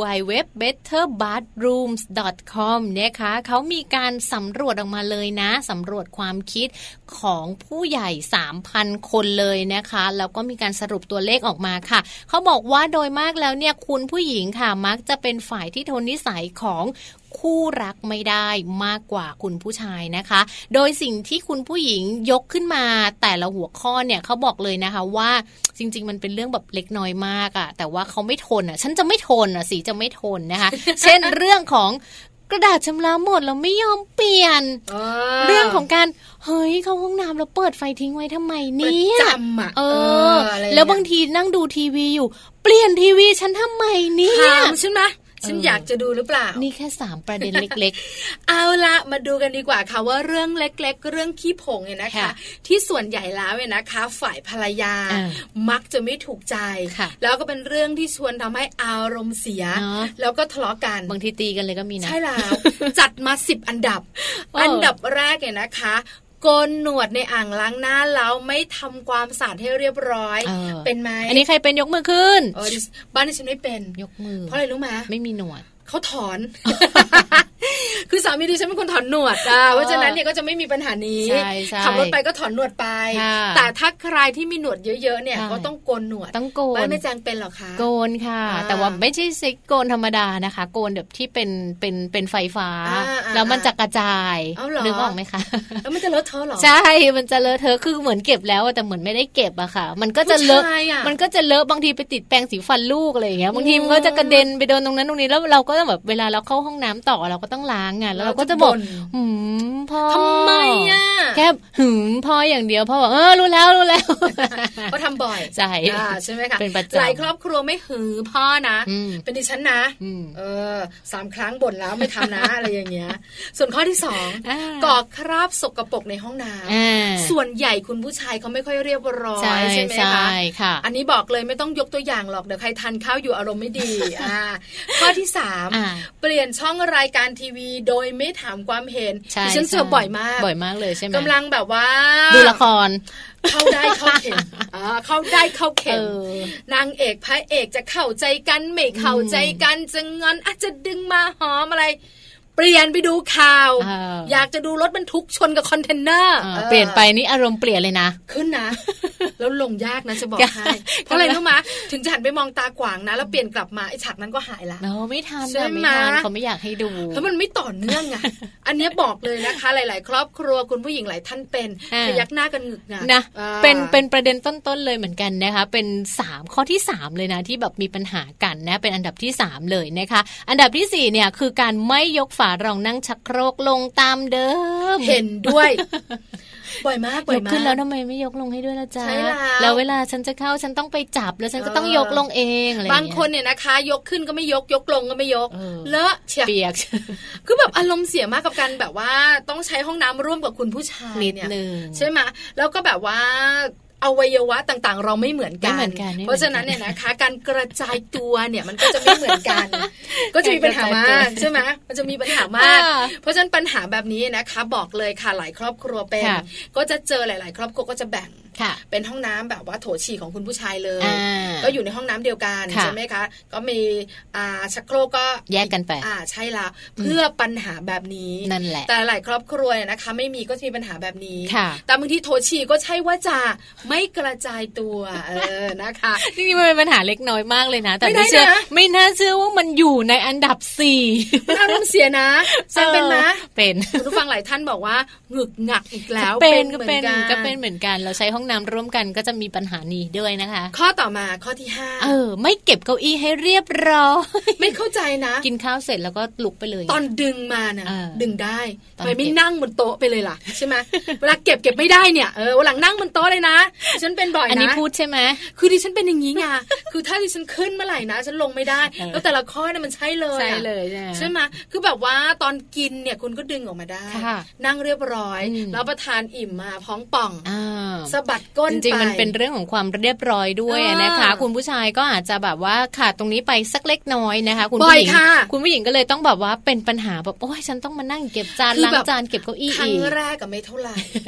Speaker 3: www.betterbathrooms.com นะคะเขามีการสำรวจออกมาเลยนะสำรวจความคิดของผู้ใหญ่ 3,000 คนเลยนะคะแล้วก็มีการสรุปตัวเลขออกมาค่ะเขาบอกว่าโดยมากแล้วเนี่ยคุณผู้หญิงค่ะมักจะเป็นฝ่ายที่ทนนิสัยของคู่รักไม่ได้มากกว่าคุณผู้ชายนะคะโดยสิ่งที่คุณผู้หญิงยกขึ้นมาแต่ละหัวข้อเนี่ยเขาบอกเลยนะคะว่าจริงๆมันเป็นเรื่องแบบเล็กน้อยมากอะแต่ว่าเขาไม่ทนอะฉันจะไม่ทนอะสิจะไม่ทนนะคะ เช่นเรื่องของกระดาษชำระหมดแล้วไม่ยอมเปลี่ยนเรื่องของการเฮ้ยเข้าห้องน้ำแล้วเปิดไฟทิ้งไว้ทำไมเนี่ย
Speaker 4: จำอะ
Speaker 3: แล้วบางทีนั่งดูทีวีอยู่เปลี่ยนทีวีฉันทำไมเนี่ย
Speaker 4: ถามฉันนะฉันอยากจะดูหรือเปล่า
Speaker 3: นี่แค่3ประเด็นเล็ก
Speaker 4: ๆ เอาละมาดูกันดีกว่าค่ะว่าเรื่องเล็กๆเรื่องขี้ผงเนี่ยนะคะที่ส่วนใหญ่แล้วเนี่ยนะคะฝ่ายภรรยามักจะไม่ถูกใจแล้วก็เป็นเรื่องที่ชวนทำให้อารมณ์เสียแล้วก็ทะเลาะกัน
Speaker 3: บางทีตีกันเลยก็มีนะ
Speaker 4: ใช่แล้วจัดมา10อันดับอันดับแรกเนี่ยนะคะโกนหนวดในอ่างล้างหน้าแล้วไม่ทำความสะอาดให้เรียบร้อยเป็นไหม
Speaker 3: อันนี้ใครเป็นยกมือขึ้น
Speaker 4: บ้านที่ฉันไม่เป็น
Speaker 3: ยกมือ
Speaker 4: เพราะอะไรรู้ไหม
Speaker 3: ไม่มีหนวด
Speaker 4: เขาถอน คือสามีดิฉันเป็นคนถอนหนวดเพราะฉะนั้นเนี่ยก็จะไม่มีปัญหานี้ขับรถไปก็ถอนหนวดไปแต่ถ้าใครที่มีหนวดเยอะๆเนี่ยก็ต้องโกนหนวด
Speaker 3: ต้องโกน
Speaker 4: ไม่แจงเป็นหรอคะ
Speaker 3: โกนค่ะแต่ว่าไม่ใช่ซิกโกนธรรมดานะคะโกนแบบที่เป็นไฟฟ้าแล้วมันจะกระจายนึกออกไหมคะ
Speaker 4: แล้วมันจะเลอะเทอะหรอ
Speaker 3: ใช่มันจะเลอะเทอะคือเหมือนเก็บแล้วแต่เหมือนไม่ได้เก็บอะค่ะมันก็จะเลอะบางทีไปติดแปรงสีฟันลูกอะไรอย่างเงี้ยบางทีมันก็จะกระเด็นไปโดนตรงนั้นตรงนี้แล้วเราก็แบบเวลาเราเข้าห้องน้ำต่อเราก็ต้องล้างไงแล้วเราก็จะบอกพ่อ
Speaker 4: ทำไมอ่ะ
Speaker 3: แค่พ่ออย่างเดียวพ่อบอกรู้แล้ว
Speaker 4: ก็ทำบ่อย
Speaker 3: ใ
Speaker 4: ช่ไหมคะ
Speaker 3: เป็นประจำ
Speaker 4: หลายครอบครัวไม่พ่อนะเป็นดิฉันนะ3 ครั้งบ่นแล้วไม่ทำนะอะไรอย่างเงี้ยส่วนข้อที่2ก่อคราบสกปรกในห้องน้ำส่วนใหญ่คุณผู้ชายเขาไม่ค่อยเรียบร้อยใช่ไหมคะอันนี้บอกเลยไม่ต้องยกตัวอย่างหรอกเดี๋ยวใครทานข้าวอยู่อารมณ์ไม่ดีข้อที่3เปลี่ยนช่องรายการทีวีโดยไม่ถามความเห็นดิฉันเจอบ่อยมาก
Speaker 3: เลยใช่ไหม
Speaker 4: กำลังแบบว่า
Speaker 3: ดูละคร
Speaker 4: เข้าได้เข้าเข็มเข้าได้เข้าเข็มนางเอกพระเอกจะเข้าใจกันไม่เข้าใจกันจะงอนอาจจะดึงมาหอมอะไรเปลี่ยนไปดูข่าวอยากจะดูรถบรรทุกชนกับคอนเทนเนอร์
Speaker 3: เปลี่ยนไปนี่อารมณ์เปลี่ยนเลยนะ
Speaker 4: ขึ้นนะแล้วลงยากนะจะบอกให้เพราะอะไรรู้ไหมถึงจะหันไปมองตาขวางนะแล้วเปลี่ยนกลับมาไอ้ฉากนั้นก็หายละ
Speaker 3: ไม่ทันเขาไม่อยากให้ดู
Speaker 4: เพราะมันไม่ต่อเนื่องไงอันนี้บอกเลยนะคะหลายๆครอบครัวคุณผู้หญิงหลายท่านเป็นพยักหน้ากันงึกงัก
Speaker 3: นะเป็นประเด็นต้นๆเลยเหมือนกันนะคะเป็น3ข้อที่3เลยนะที่แบบมีปัญหากันนะเป็นอันดับที่3เลยนะคะอันดับที่4เนี่ยคือการไม่ยกฝารองนั่งชักโครกลงตามเดิม
Speaker 4: เห็นด้วยบ่อยมาก
Speaker 3: ยกขึ้นแล้วทำไมไม่ยกลงให้ด้วยล่ะจ๊ะแล้วเวลาฉันจะเข้าฉันต้องไปจับแล้วฉันก็ต้องยกลงเองอะไร
Speaker 4: บางคนเนี่ยนะคะยกขึ้นก็ไม่ยกลงก็ไม่ยกเลอะ
Speaker 3: เปียก
Speaker 4: คือแบบอารมณ์เสียมากกับการแบบว่าต้องใช้ห้องน้ำร่วมกับคุณผู้ชายเนี่ยใช่ไหมแล้วก็แบบว่าอวัยวะต่างๆเราไม่เหมือนกันเพราะฉะนั้นเนี่ยนะคะการกระจายตัวเนี่ยมันก็จะไม่เหมือนกันก็จะมีปัญหามากใช่ไหมมันจะมีปัญหามากเพราะฉะนั้นปัญหาแบบนี้นะคะบอกเลยค่ะหลายครอบครัวเป็นก็จะเจอหลายๆครอบครัวก็จะแบ่งเป็นห้องน้ำแบบว่าโถฉี่ของคุณผู้ชายเลยก็อยู่ในห้องน้ำเดียวกันใช่ไหมคะก็มีชักโครกก็
Speaker 3: แยกกันไป
Speaker 4: ใช่แล้วเพื่อปัญหาแบบนี้
Speaker 3: นั่นแหละ
Speaker 4: แต่หลายครอบครัวเนี่ยนะคะไม่มีก็จะมีปัญหาแบบนี้แต่บางทีโถฉี่ก็ใช่ว่าจะไม่กระจายตัวนะคะ
Speaker 3: จริงๆมันเป็นปัญหาเล็กน้อยมากเลยนะแต่ไม่เชื่อไม่น่าเชื่อว่ามันอยู่ในอันดับ4
Speaker 4: มันอารมณ์เสียนะแซงเป็นไหม
Speaker 3: เป็น
Speaker 4: คุณผู้ฟังหลายท่านบอกว่าหงึกหงักอีกแล้ว
Speaker 3: เป็นเหมือนกันเราใช้ห้องน้ำร่วมกันก็จะมีปัญหานี้ด้วยนะคะ
Speaker 4: ข้อต่อมาข้อที่
Speaker 3: 5ไม่เก็บเก้าอี้ให้เรียบร้อย
Speaker 4: ไม่เข้าใจนะ
Speaker 3: กินข้าวเสร็จแล้วก็ลุกไปเลย
Speaker 4: ตอนดึงมานะดึงได้ไปไม่นั่งบนโต๊ะไปเลยล่ะใช่ไหมเวลาเก็บไม่ได้เนี่ยวันหลังนั่งบนโต๊ะเลยนะฉันเป็นบ่อยนะ
Speaker 3: อันนี้พูดใช่ไหม
Speaker 4: คือดิฉันเป็นอย่างนี้ไงคือถ้าดิฉันขึ้นเมื่อไหร่นะฉันลงไม่ได้แล้วแต่ละข้อเนี่ยมันใช่เลยใช่ไหมคือแบบว่าตอนกินเนี่ยคุณก็ดึงออกมาได้นั่งเรียบร้อยแล้วประทานอิ่มมาพ้องป่องสะบัดก้น
Speaker 3: จริงๆมันเป็นเรื่องของความเรียบร้อยด้วยนะคะคุณผู้ชายก็อาจจะแบบว่าขาดตรงนี้ไปสักเล็กน้อยนะคะคุณผู้หญิงก็เลยต้องแบบว่าเป็นปัญหาแบบโอ๊ยฉันต้องมานั่งเก็บจานล้างจานเก็บเก้าอี้อีก
Speaker 4: ครั้งแรกก็ไม่เท่าไหร่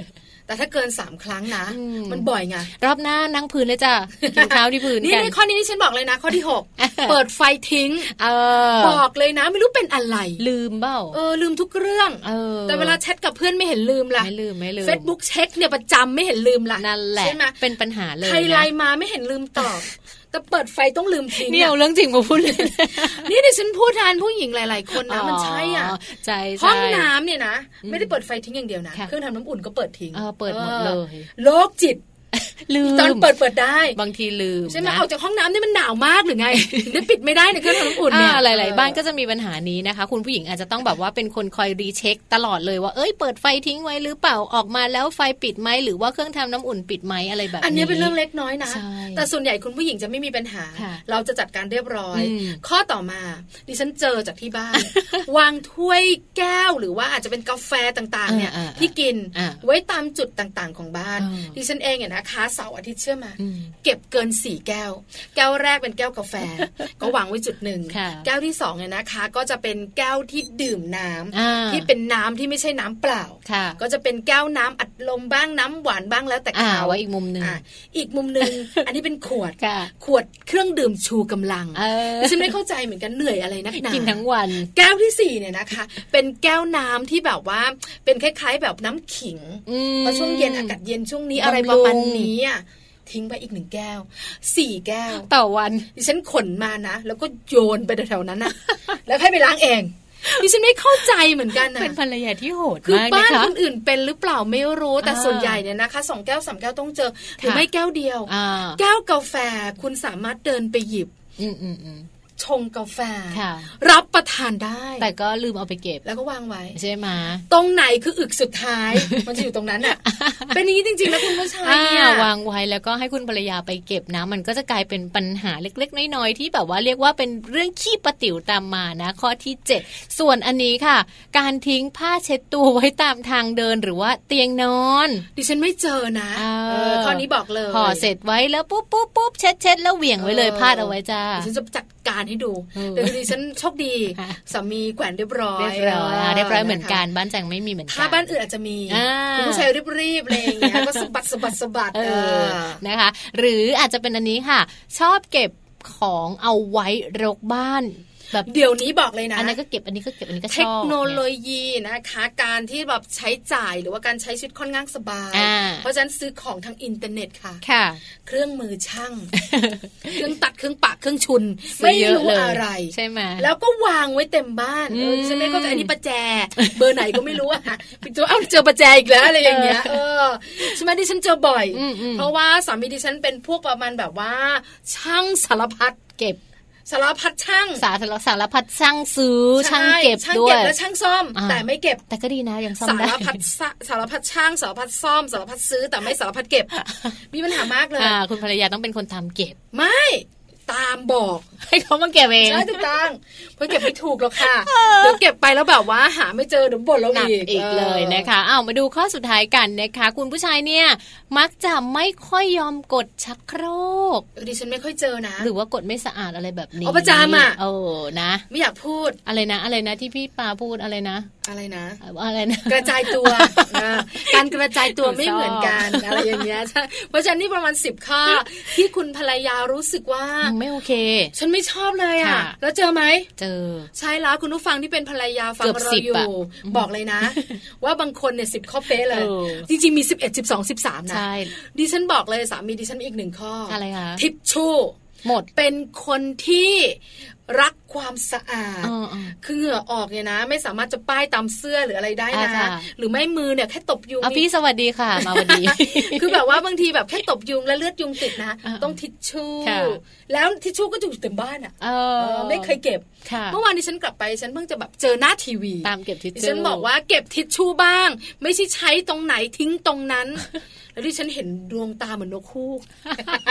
Speaker 4: แต่ถ้าเกิน3ครั้งนะมันบ่อยไง
Speaker 3: รอบหน้านั่งพื้นเลยจ้ะกินข้าวที่พื้น
Speaker 4: นี่ข้อนี้ฉันบอกเลยนะข้อที่6เปิดไฟทิ้งบอกเลยนะไม่รู้เป็นอะไร
Speaker 3: ลืมเปล่า
Speaker 4: ลืมทุกเรื่องแต่เวลาแชทกับเพื่อนไม่เห็นลืมล่ะ
Speaker 3: ไม่ลืม
Speaker 4: Facebook เช็คเนี่ยประจำไม่เห็นลืมล่ะ
Speaker 3: นั่นแหละเป็นปัญหาเลย
Speaker 4: ใครไลน์มาไม่เห็นลืมตอบแต่เปิดไฟต้องลืมทิ้ง
Speaker 3: เนี่ยเรื่องจริงมาพูดเลย
Speaker 4: นี่ดิฉันพูดแทนผู้หญิงหลายๆคนนะมันใช่อ่ะห้องน้ำเนี่ยนะไม่ได้เปิดไฟทิ้งอย่างเดียวนะเครื่องทำน้ำอุ่นก็เปิดทิ้ง
Speaker 3: เปิดหมดเลย
Speaker 4: โรคจิต
Speaker 3: ลืม
Speaker 4: ตอนเปิดได้
Speaker 3: บางทีลืม
Speaker 4: ใช่ไหมออกจากห้องน้ำนี่มันหนาวมากหรือไงได้ปิดไม่ได้ในเครื่องทำน้ำอุ่นเนี่ย
Speaker 3: หลายๆบ้านก็จะมีปัญหานี้นะคะคุณผู้หญิงอาจจะต้องแบบว่าเป็นคนคอยรีเช็คตลอดเลยว่าเปิดไฟทิ้งไว้หรือเปล่าออกมาแล้วไฟปิดไหมหรือว่าเครื่องทำน้ำอุ่นปิดไหมอะไรแบบนี้
Speaker 4: อันนี้เป็นเรื่องเล็กน้อยนะแต่ส่วนใหญ่คุณผู้หญิงจะไม่มีปัญหาเราจะจัดการเรียบร้อยข้อต่อมาดิฉันเจอจากที่บ้านวางถ้วยแก้วหรือว่าอาจจะเป็นกาแฟต่างๆเนี่ยที่กินไว้ตามจุดต่างๆของบ้านดิฉันเองเนี่ยนะคะเสาร์อาทิตย์เชื่อมาเก็บเกิน4แก้วแก้วแรกเป็นแก้วกาแฟก็วางไว้จุดหนึ่งแก้วที่2เนี่ยนะคะก็จะเป็นแก้วที่ดื่มน้ำที่เป็นน้ำที่ไม่ใช่น้ำเปล่าก็จะเป็นแก้วน้ำอัดลมบ้างน้ำหวานบ้างแล้วแต่เขา
Speaker 3: ไว้อีกมุมนึง
Speaker 4: อีกมุมนึงอันนี้เป็นขวดเครื่องดื่มชูกำลังฉันไม่เข้าใจเหมือนกันเหนื่อยอะไรนักหนา
Speaker 3: กินทั้งวัน
Speaker 4: แก้วที่4เนี่ยนะคะเป็นแก้วน้ำที่แบบว่าเป็นคล้ายๆแบบน้ำขิงเพราะช่วงเย็นอากาศเย็นช่วงนี้อะไรประมาณนี้ทิ้งไปอีก1แก้ว4แก้ว
Speaker 3: ต่อวัน
Speaker 4: ดิฉันขนมานะแล้วก็โยนไปแถวๆนั้นนะแล้วให้ไปล้างเองดิฉันไม่เข้าใจเหมือนกันนะ
Speaker 3: เป็นภรรยาที่โหดมากนะคะ
Speaker 4: คือบ้านคนอื่นเป็นหรือเปล่าไม่รู้แต่ส่วนใหญ่เนี่ยนะคะ2แก้ว3แก้วต้องเจอหรือไม่แก้วเดียวแก้วกาแฟคุณสามารถเดินไปหยิบชงกาแฟรับประทานได้
Speaker 3: แต่ก็ลืมเอาไปเก็บ
Speaker 4: แล้วก็วางไว้
Speaker 3: ใช่ไหม
Speaker 4: ตรงไหนคืออึกสุดท้าย มันจะอยู่ตรงนั้นอ่ะ เป็นอย่างนี้จริงๆแล้วคุณผู้ชายเนี่ยว
Speaker 3: างไว้แล้วก็ให้คุณภรรยาไปเก็บนะมันก็จะกลายเป็นปัญหาเล็กๆน้อยๆที่แบบว่าเรียกว่าเป็นเรื่องขี้ประติ๋วตามมานะข้อที่7ส่วนอันนี้ค่ะการทิ้งผ้าเช็ดตัวไว้ตามทางเดินหรือว่าเตียงนอน
Speaker 4: ดิฉันไม่เจอนะข้อนี้บอกเลย
Speaker 3: ห่อเสร็จไว้แล้วปุ๊บเช็ดแล้วเหวี่ยงไว้เลยพาดเอาไว้จ้า
Speaker 4: ดิฉันจะจัดการให้ดูแต่ดิฉันโชคดีสามีแขวนเรียบร้อย
Speaker 3: เรียบร้อยเหมือนกันบ้านแจงไม่มีเหมือนกัน
Speaker 4: ถ้าบ้านอื่นอาจจะมีคุณผู้ชายรีบๆอะไรอย่างเงี้ยก็สะบัด
Speaker 3: นะคะหรืออาจจะเป็นอันนี้ค่ะชอบเก็บของเอาไว้รกบ้านแบบ
Speaker 4: เดี๋ยวนี้บอกเลยนะ
Speaker 3: อันนี้ก็เก็บอันนี้ก็เก็บอันนี้ก็ชอบ
Speaker 4: เทคโนโลยีนะคะการที่แบบใช้จ่ายหรือว่าการใช้ชีวิตค่อนข้างสบายเพราะฉะนั้นซื้อของทางอินเทอร์เน็ตค่ะเครื่องมือช่างเครื่องตัดเครื่องปะเครื่องชุนไม่รู้อะไร
Speaker 3: ใช่ไหม
Speaker 4: แล้วก็วางไว้เต็มบ้านใช่ไหมก็อันนี้ประแจเบอร์ไหนก็ไม่รู้อะพี่ตัวเจอประแจอีกแล้วอะไรอย่างเงี้ยใช่ไหมดิฉันเจอบ่อยเพราะว่าสามีดิฉันเป็นพวกประมาณแบบว่าช่างสารพัด
Speaker 3: เก็บ
Speaker 4: สารพัดช่าง
Speaker 3: สารพัดช่างซื้อช่างเก็บด้วย
Speaker 4: ช่างเก็บและช่างซ่อมแต่ไม่เก็บ
Speaker 3: แต่ก็ดีนะยังซ่อมได้
Speaker 4: สารพัดช่างสารพัดซ่อมสารพัดซื้อแต่ไม่สารพัดเก็บมีปัญหามากเลย
Speaker 3: คุณภรรยาต้องเป็นคนทำเก็บ
Speaker 4: ไม่ตามบอก
Speaker 3: ให้เขามาเก็บเอง
Speaker 4: ใช่ถูกต้องเพราะเก็บไม่ถูกหรอกค่ะเดี๋ยวเก็บไปแล้วแบบว่าหาไม่เจอเดี๋ยวบ่นเรา
Speaker 3: อีกเลยนะคะมาดูข้อสุดท้ายกันนะคะคุณผู้ชายเนี่ยมักจะไม่ค่อยยอมกดชักโครก
Speaker 4: ดิฉันไม่ค่อยเจอนะ
Speaker 3: หรือว่ากดไม่สะอาดอะไรแบบนี้
Speaker 4: ประจำอ่ะ
Speaker 3: นะ
Speaker 4: ไม่อยากพูด
Speaker 3: อะไรนะที่พี่ปาพูดอะไรนะ
Speaker 4: กระจายตัวการกระจายตัวไม่เหมือนกันอะไรอย่างเงี้ยเพราะฉะนั้นนี่ประมาณ10ข้อที่คุณภรรยารู้สึกว่า
Speaker 3: ไม่โอเค
Speaker 4: ฉันไม่ชอบเลยอ่ะแล้วเจอไหม
Speaker 3: เจอ
Speaker 4: ใช่แล้วคุณผู้ฟังที่เป็นภรรยาฟังเราอยู่บอกเลยนะว่าบางคนเนี่ย10ข้อเป๊ะเลยจริงๆมี11 12 13นะดิฉันบอกเลยสามีดิฉันมีอีก1ข้อ
Speaker 3: อะไรคะ
Speaker 4: ทิชชู่
Speaker 3: หมด
Speaker 4: เป็นคนที่รักความสะอาดคือเหงื่อออกเนี่ยนะไม่สามารถจะป้ายตามเสื้อหรืออะไรได้นะหรือไม่มือเนี่ยแค่ตบยุง
Speaker 3: พี่สวัสดีค่ะมาวันนี้
Speaker 4: คือแบบว่าบางทีแบบแค่ตบยุงแล้วเลือดยุงติดนะต้องทิชชู่แล้วทิชชู่ก็อยู่เต็มบ้านอ่ะไม่เคยเก็บเมื่อวานนี้ฉันกลับไปฉันเพิ่งจะแบบเจอหน้าทีวี
Speaker 3: ตามเก็บทิชชู่
Speaker 4: ฉันบอกว่าเก็บทิชชู่บ้างไม่ใช่ใช้ตรงไหนทิ้งตรงนั้นแล้วที่ฉันเห็นดวงตาเหมือนนกฮูก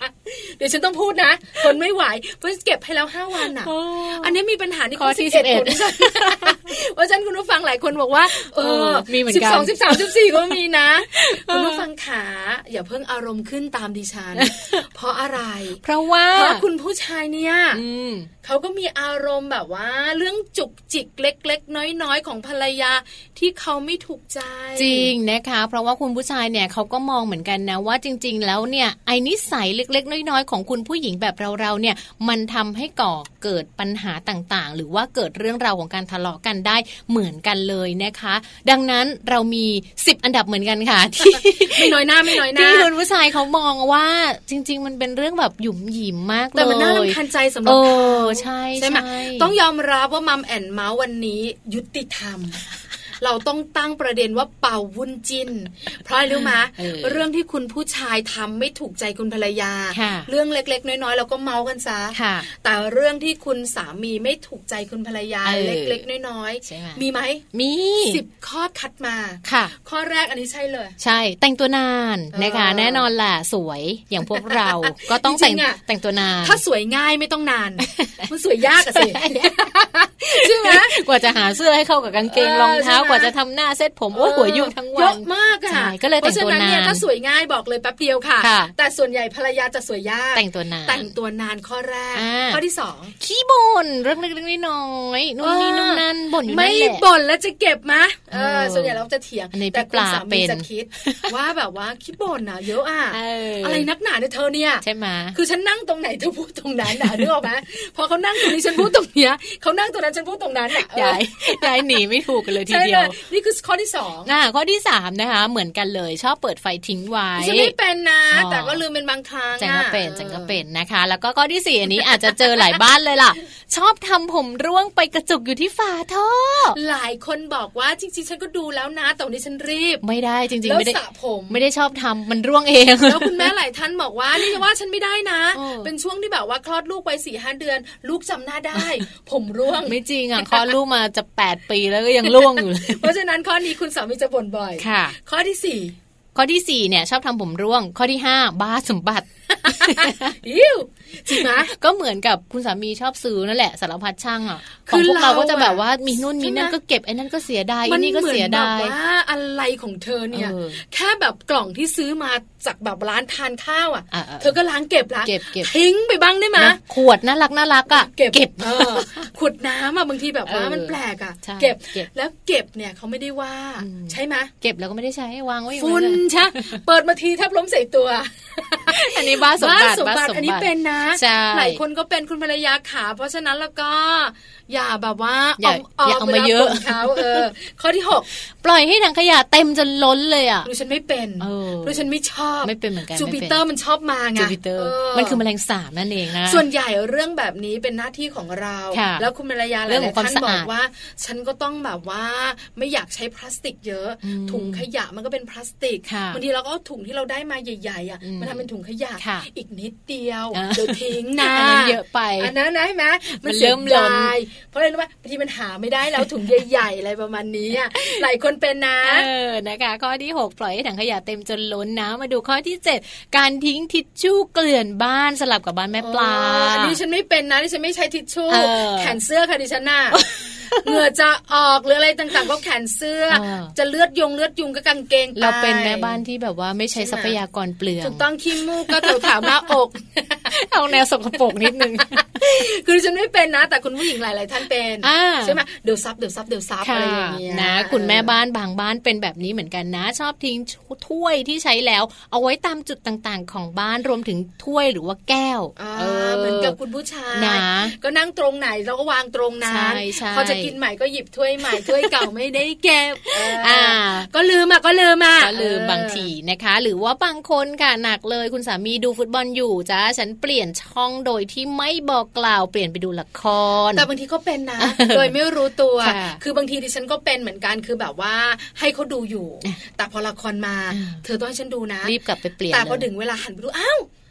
Speaker 4: เดี๋ยวฉันต้องพูดนะทนไม่ไหวเพราะเก็บให้แล้ว5 วันอ่ะอันนี้มีปัญหาที่ข้อที่11ของดิฉันว่าฉันคุณผู้ฟังหลายคนบอกว่า
Speaker 3: มีเหมือนกัน
Speaker 4: 12 13 14ก็มีนะคุณผู้ฟังขาอย่าเพิ่งอารมณ์ขึ้นตามดิฉันเพราะอะไร
Speaker 3: เพราะ
Speaker 4: คุณผู้ชายเนี่ยเขาก็มีอารมณ์แบบว่าเรื่องจุกจิกเล็กๆน้อยๆของภรรยาที่เขาไม่ถูกใจ
Speaker 3: จริงนะคะเพราะว่าคุณผู้ชายเนี่ยเขาก็มองเหมือนกันนะว่าจริงๆแล้วเนี่ยไอ้นิสัยเล็กๆน้อยๆของคุณผู้หญิงแบบเราเนี่ยมันทำให้เกิดปัญหาต่างๆหรือว่าเกิดเรื่องราวของการทะเลาะกันได้เหมือนกันเลยนะคะดังนั้นเรามี10อันดับเหมือนกันค่ะที่
Speaker 4: ไม่น้อยหน้า
Speaker 3: ที่คุณผู้ชายเขามองว่าจริงๆมันเป็นเรื่องแบบหยุ่มหยิมมากเลย
Speaker 4: แต่มันน่ารำคาญใจสำหรับเขา
Speaker 3: ใช่ไหม
Speaker 4: ต้องยอมรับว่ามัมแอนเมาส์วันนี้ยุติธรรมเราต้องตั้งประเด็นว่าเป่าวุ้นจิ้นเพราะอะไรรู้ไหมเรื่องที่คุณผู้ชายทำไม่ถูกใจคุณภรรยาเรื่องเล็กๆน้อยๆเราก็เมากันซะแต่เรื่องที่คุณสามีไม่ถูกใจคุณภรรยาเล็กๆน้อยๆมีไหม
Speaker 3: มี
Speaker 4: 10 ข้อคัดมาข้อแรกอันนี้ใช่เลย
Speaker 3: ใช่แต่งตัวนานนะคะแน่นอนแหละสวยอย่างพวกเราก็ต้องแต่งตัวนาน
Speaker 4: ถ้าสวยง่ายไม่ต้องนานมันสวยยากอะสิใช่ไหม
Speaker 3: กว่าจะหาเสื้อให้เข้ากับกางเกงรองเท้ากว่าจะทำหน้าเซ็ตผมหัวยุ่งทั้งวันเย
Speaker 4: อะมากค่ะ
Speaker 3: ก็เลยแต่งตัวนาน
Speaker 4: ถ้าสวยง่ายบอกเลยแป๊บเดียวค่ะแต่ส่วนใหญ่ภรรยาจะสวยยาก
Speaker 3: แต่งตัวน
Speaker 4: านข้อแรกข้อที่2
Speaker 3: ขี้บ่นเรื่องเล็กๆน้อยๆนู่นนี่นู่นนั่นบ่นอยู่นั่นแหละ
Speaker 4: ไม่บ่นแล้วจะเก็บมะส่วนใหญ่เราจะเถียงแต่คุณสามีจะคิดว่าแบบว่าขี้บ่นอ่ะเยอะอ่ะอะไรนักหนาเนี่ยเธอเนี่ย
Speaker 3: ใช่ไหม
Speaker 4: คือฉันนั่งตรงไหนเธอพูดตรงนั้นอ่ะนึกออกไหมพอเขานั่งตรงนี้ฉันพูดตรงเนี้ยเขานั่งตรงนั้นฉันพูดตรงนั้นอ่ะ
Speaker 3: ย้ายหนีไม่ถูกกันเลยทีเดียว
Speaker 4: นี่คือข้อที่2
Speaker 3: ข้อที่3นะคะเหมือนกันเลยชอบเปิดไฟทิ้งไว้
Speaker 4: ฉันไม่เป็นนะแต่ก็ลืมเป็นบางครั้ง
Speaker 3: จังก็เป็นนะคะแล้วก็ข้อที่4อันนี้อาจจะเจอหลายบ้านเลยล่ะชอบทำผมร่วงไปกระจุกอยู่ที่ฝาท่อ
Speaker 4: หลายคนบอกว่าจริงๆฉันก็ดูแล้วนะแต่วันนี้ฉันรีบ
Speaker 3: ไม่ได้จริงๆไม่ได้
Speaker 4: สระผม
Speaker 3: ไม่ได้ชอบทำมันร่วงเอง
Speaker 4: แล้วคุณแม่หลายท่านบอกว่านี่จะว่าฉันไม่ได้นะเป็นช่วงที่แบบว่าคลอดลูกไป 4-5 เดือนลูกจำหน้าได้ผมร่วง
Speaker 3: ไม่จริงอ่ะคลอดลูกมาจะ8 ปีแล้วก็ยังร่วงอยู่เลย
Speaker 4: เพราะฉะนั้นข้อนี้คุณสามีจะบ่นบ่อยข้อที่4
Speaker 3: ข้อที่4เนี่ยชอบทำผมร่วงข้อที่5บ้าสมบัติ
Speaker 4: จริงไหม
Speaker 3: ก็เหมือนกับคุณสามีชอบซื้อนั่นแหละสารพัดช่างอ่ะของพวกเราก็จะแบบว่ามีนู่นมีนั่นก็เก็บไอ้นั่นก็เสียดายอันนี้ก็เสียดาย
Speaker 4: มันเหมือนแบบว่าอะไรของเธอเนี่ยแค่แบบกล่องที่ซื้อมาจากแบบร้านทานข้าวอ่ะเธอก็ล้างเก็บละทิ้งไปบ้างได้ไหม
Speaker 3: ขวดน่ารักอ่ะเก็บ
Speaker 4: ขวดน้ำอ่ะบางทีแบบว่ามันแปลกอ่ะเก็บแล้วเก็บเนี่ยเขาไม่ได้ว่าใช่ไหม
Speaker 3: เก็บแล้วก็ไม่ได้ใช้วางไว้
Speaker 4: ฝุ่นใช่เปิดมาทีแทบล้มใส่ตัว
Speaker 3: อันนี้บ้าสมบัติ
Speaker 4: อันนี้เป็นนะหลายคนก็เป็นคุณภรรยาขาเพราะฉะนั้นแล้วก็อย่าแบบว่า
Speaker 3: อย่าเอามาเยอะ
Speaker 4: เขาข้อที่6
Speaker 3: ปล่อยให้ถังขยะเต็มจนล้นเลยอ่ะ
Speaker 4: ดูฉันไม่เป็นดูฉันไม่ชอบ
Speaker 3: ไม่เป็นเหมือนกัน
Speaker 4: จูปิเตอร์มันชอบมาไง
Speaker 3: จูปิเตอร์มันคือแมลงสาบนั่นเองนะ
Speaker 4: ส่วนใหญ่เรื่องแบบนี้เป็นหน้าที่ของเราแล้วคุณภรรยาหลายท่านบอกว่าฉันก็ต้องแบบว่าไม่อยากใช้พลาสติกเยอะถุงขยะมันก็เป็นพลาสติกบางทีเราก็เอาถุงที่เราได้มาใหญ่ๆอ่ะมันทำเป็นถุงขยะอีกนิดเดียวเดี๋ยวทิ้งนะ
Speaker 3: อันนั้นเยอะไป
Speaker 4: อันนั้นนะใช่ไหมมันเริ่มล้นเพราะอะไรรู้ไหมบางทีมันหาไม่ได้แล้วถุงใหญ่ๆอะไรประมาณนี้หลายคนเป็นนะ
Speaker 3: นะคะข้อที่6ปล่อยให้ถังขยะเต็มจนล้นนะมาดูข้อที่7การทิ้งทิชชู่เกลื่อนบ้านสลับกับบ้านแม่ปลา
Speaker 4: อันนี้ฉันไม่เป็นนะดิฉันไม่ใช้ทิชชู่แขนเสื้อค่ะดิฉันน่ะเหงื่อจะออกหรืออะไรต่างๆก็แขนเสื้อจะเลือดยุงก็กางเกง
Speaker 3: เราเป็นแม่บ้านที่แบบว่าไม่ใช้ทรัพยากรเปลือง
Speaker 4: ถูกต้องขี้มูกก็แถวๆหน้าอก
Speaker 3: เอาแนวสกปรกนิดนึง
Speaker 4: คือฉันไม่เป็นนะแต่คุณผู้หญิงหลายๆท่านเป็นใช่ไหมเดี๋ยวซับอะไรอย่างเงี้ย
Speaker 3: นะคุณแม่บ้านบางบ้านเป็นแบบนี้เหมือนกันนะชอบทิ้งถ้วยที่ใช้แล้วเอาไว้ตามจุดต่างๆของบ้านรวมถึงถ้วยหรือว่าแก้ว
Speaker 4: เหมือนกับคุณผู้ชายนะก็นั่งตรงไหนเราก็วางตรงนั้นพอจะกินใหม่ก็หยิบถ้วยใหม่ถ้วยเก่าไม่ได้เก็บก็ลืม
Speaker 3: บางทีนะคะหรือว่าบางคนค่ะหนักเลยคุณสามีดูฟุตบอลอยู่จ้าฉันเปลี่ยนช่องโดยที่ไม่บอกกล่าวเปลี่ยนไปดูละคร
Speaker 4: แต่บางทีก็เป็นนะโดยไม่รู้ตัวคือบางทีดิฉันก็เป็นเหมือนกันคือแบบว่าให้เขาดูอยู่แต่พอละครมาเธอต้องให้ฉันดูนะ
Speaker 3: รีบกลับไปเปลี่ยน
Speaker 4: แต่พอถึงเวลาหันไปดูอ้าว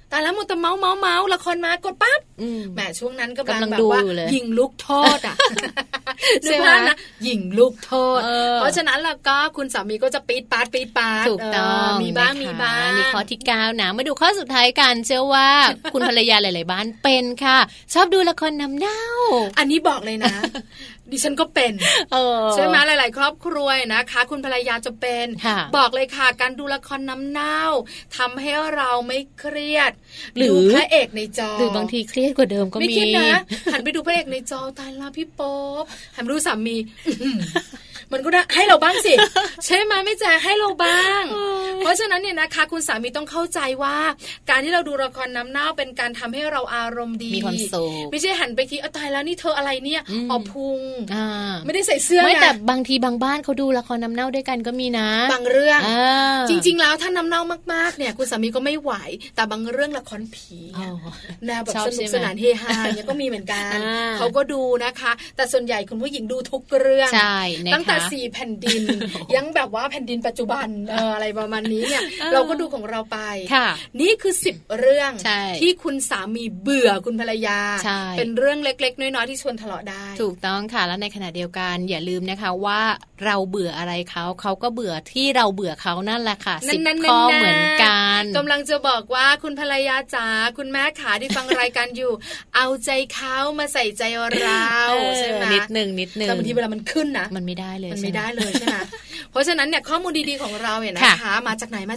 Speaker 4: แต่แล้วมัวแต่เมาละครมากดปั๊บแหมช่วงนั้นกำลังแบบว่ายิงลูกโทษอ่ะนึกว่านะยิงลูกโทษเพราะฉะนั้นแล้วก็คุณสามีก็จะปี๊ดปาด
Speaker 3: ถูกต้อง
Speaker 4: มีบ้างนี่
Speaker 3: ข้อที่9นะมาดูข้อสุดท้ายกันเชื่อว่าคุณภรรยาหลายๆบ้านเป็นค่ะชอบดูละครน้ำเน่า
Speaker 4: อันนี้บอกเลยนะดิฉันก็เป็นใช่ไหมหลายๆครอบครัวนะคะคุณภรรยาจะเป็นบอกเลยค่ะการดูละครน้ำเน่าทำให้เราไม่เครียดดูพระเอกในจอ
Speaker 3: หรือบางทีเครียดกว่าเดิมก็มี
Speaker 4: ไม่คิดนะหันไปดูพระเอกในจอตายละพี่โป๊ปหันไปดูสามีมันก็ได้ให้เราบ้างสิใช่ไหมไม่แจกให้เราบ้างเพราะฉะนั้นเนี่ยนะคะคุณสามีต้องเข้าใจว่าการที่เราดูละครน้ำเน่าเป็นการทำให้เราอารมณ์ดี
Speaker 3: มีความสุข
Speaker 4: ไม่ใช่หันไปทีตายแล้วนี่เธออะไรเนี่ยออกพุงไม่ได้ใส่เสื้อ
Speaker 3: ไม่แต่บางทีบางบ้านเขาดูละครน้ำเน่าด้วยกันก็มีนะ
Speaker 4: บางเรื่องจริงๆแล้วถ้าน้ำเน่ามากๆเนี่ยคุณสามีก็ไม่ไหวแต่บางเรื่องละครผีแนวแบบสนุกสนานเฮฮาเนี่ยก็มีเหมือนกันเขาก็ดูนะคะแต่ส่วนใหญ่คุณผู้หญิงดูทุกเรื่องตั้งแต่4แผ่นดินยังแบบว่าแผ่นดินปัจจุบันอะไรประมาณนี้เนี่ยเราก็ดูของเราไปนี่คือ10เรื่องที่คุณสามีเบื่อคุณภรรยาเป็นเรื่องเล็กๆน้อยๆที่ชวนทะเลาะได้
Speaker 3: ถูกต้องค่ะแล้วในขณะเดียวกันอย่าลืมนะคะว่าเราเบื่ออะไรเขาก็เบื่อที่เราเบื่อเขานั่นแหละค่ะ10ข้อเหมือนกัน
Speaker 4: กำลังจะบอกว่าคุณภรรยาจ๋าคุณแม่ขาที่ฟังรายการอยู่เอาใจเขามาใส่ใจเราใช่ไหม
Speaker 3: นิดนึง
Speaker 4: แต่บางทีเวลามันขึ้นนะ
Speaker 3: มันไม่ได้เลย
Speaker 4: มันไม่ได้เลยใช่ไหมเพราะฉะนั้นเนี่ยข้อมูลดีๆของเราเนี่ยนะคะมาจากไหน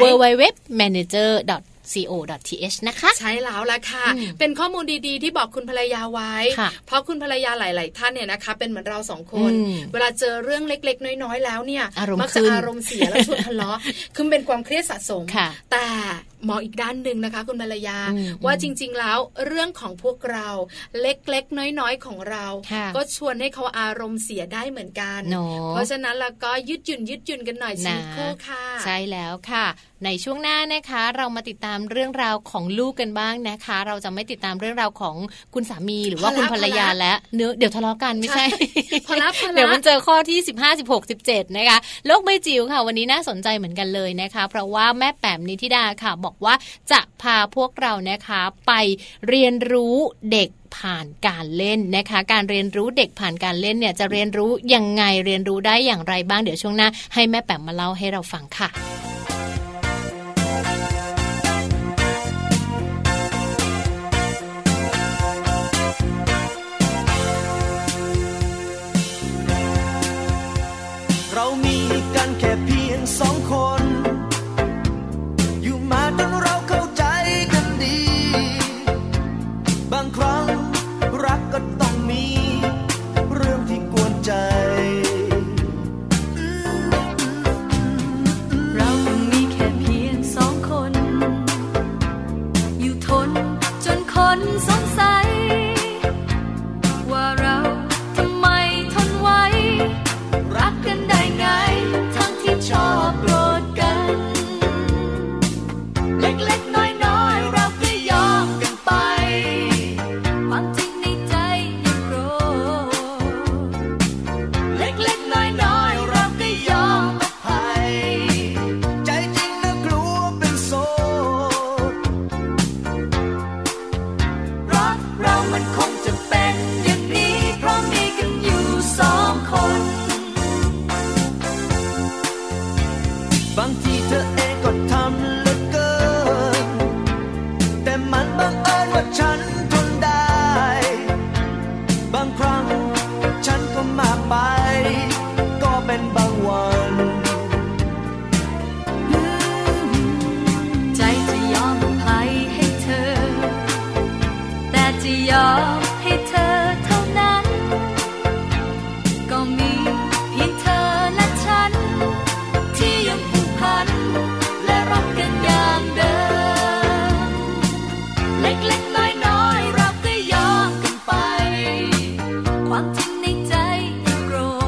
Speaker 3: www.manager.co.th นะคะ
Speaker 4: ใช่แล้วล่ะค่ะเป็นข้อมูลดีๆที่บอกคุณภรรยาไว้เพราะคุณภรรยาหลายๆท่านเนี่ยนะคะเป็นเหมือนเรา2คนเวลาเจอเรื่องเล็กๆน้อยๆแล้วเนี่ยมักจะอารมณ์เสียแล้วชวนทะเลาะคือเป็นความเครียดสะสมแต่มองอีกด้านนึงนะคะคุณภรรยาว่าจริงๆแล้วเรื่องของพวกเราเล็กๆน้อยๆของเราก็ชวนให้เขาอารมณ์เสียได้เหมือนกันเพราะฉะนั้นแล้วก็ยืดหยุ่นกันหน่อยชีวิตคู่ค่ะ
Speaker 3: ใช่แล้วค่ะในช่วงหน้านะคะเรามาติดตามเรื่องราวของลูกกันบ้างนะคะเราจะไม่ติดตามเรื่องราวของคุณสามีหรือว่าคุณภรรยาและเดี๋ยวทะเลาะกันไม่ใช่เดี๋ยวมันเจอข้อที่15 16 17นะคะโลกใบจิ๋วค่ะวันนี้น่าสนใจเหมือนกันเลยนะคะเพราะว่าแม่แป๋มนิธิดาค่ะบอกว่าจะพาพวกเรานะคะไปเรียนรู้เด็กผ่านการเล่นนะคะการเรียนรู้เด็กผ่านการเล่นเนี่ยจะเรียนรู้ยังไงเรียนรู้ได้อย่างไรบ้างเดี๋ยวช่วงหน้าให้แม่แป๋มมาเล่าให้เราฟังค่ะ
Speaker 2: เรามีกันแค่เพียง2 คนอยู่มาจนเราเข้าใจกันดีบางครั้งรักก็ต้องมีเรื่องที่กวนใจ
Speaker 6: เรามีแค่เพียง2 คนอยู่ทนจนคนสงสัยว่าเราทำไมทนไว้รักกันได้ไงทั้งที่ชอบโกรธกันเล็กๆน้อยๆเราก็ยอมกันไปความจริงในใจยังโกรธเล็กๆน้อยๆเราก็ยอมอภัย
Speaker 2: ใจจริงนะกลัวเป็นโสด
Speaker 6: รักเรามันคงจะเป็นอย่างนี้เพราะมีกันอยู่2 คน
Speaker 2: บางทีเธอเองก็ทำเหลือเกินแต่มันบังเอิญว่าฉันทนได้บางครั้งฉันก็มากไปก็เป็นบางวัน
Speaker 6: ใจจะยอมอภัยให้เธอแต่จะยอมให้เธอเท่านั้นก็มีเพียงเธอและฉันที่ยังผูกพันและรักกันอย่างเดิมเล็กๆน้อยๆเราก็ยอมกันไปความจริงในใจยังโกรธ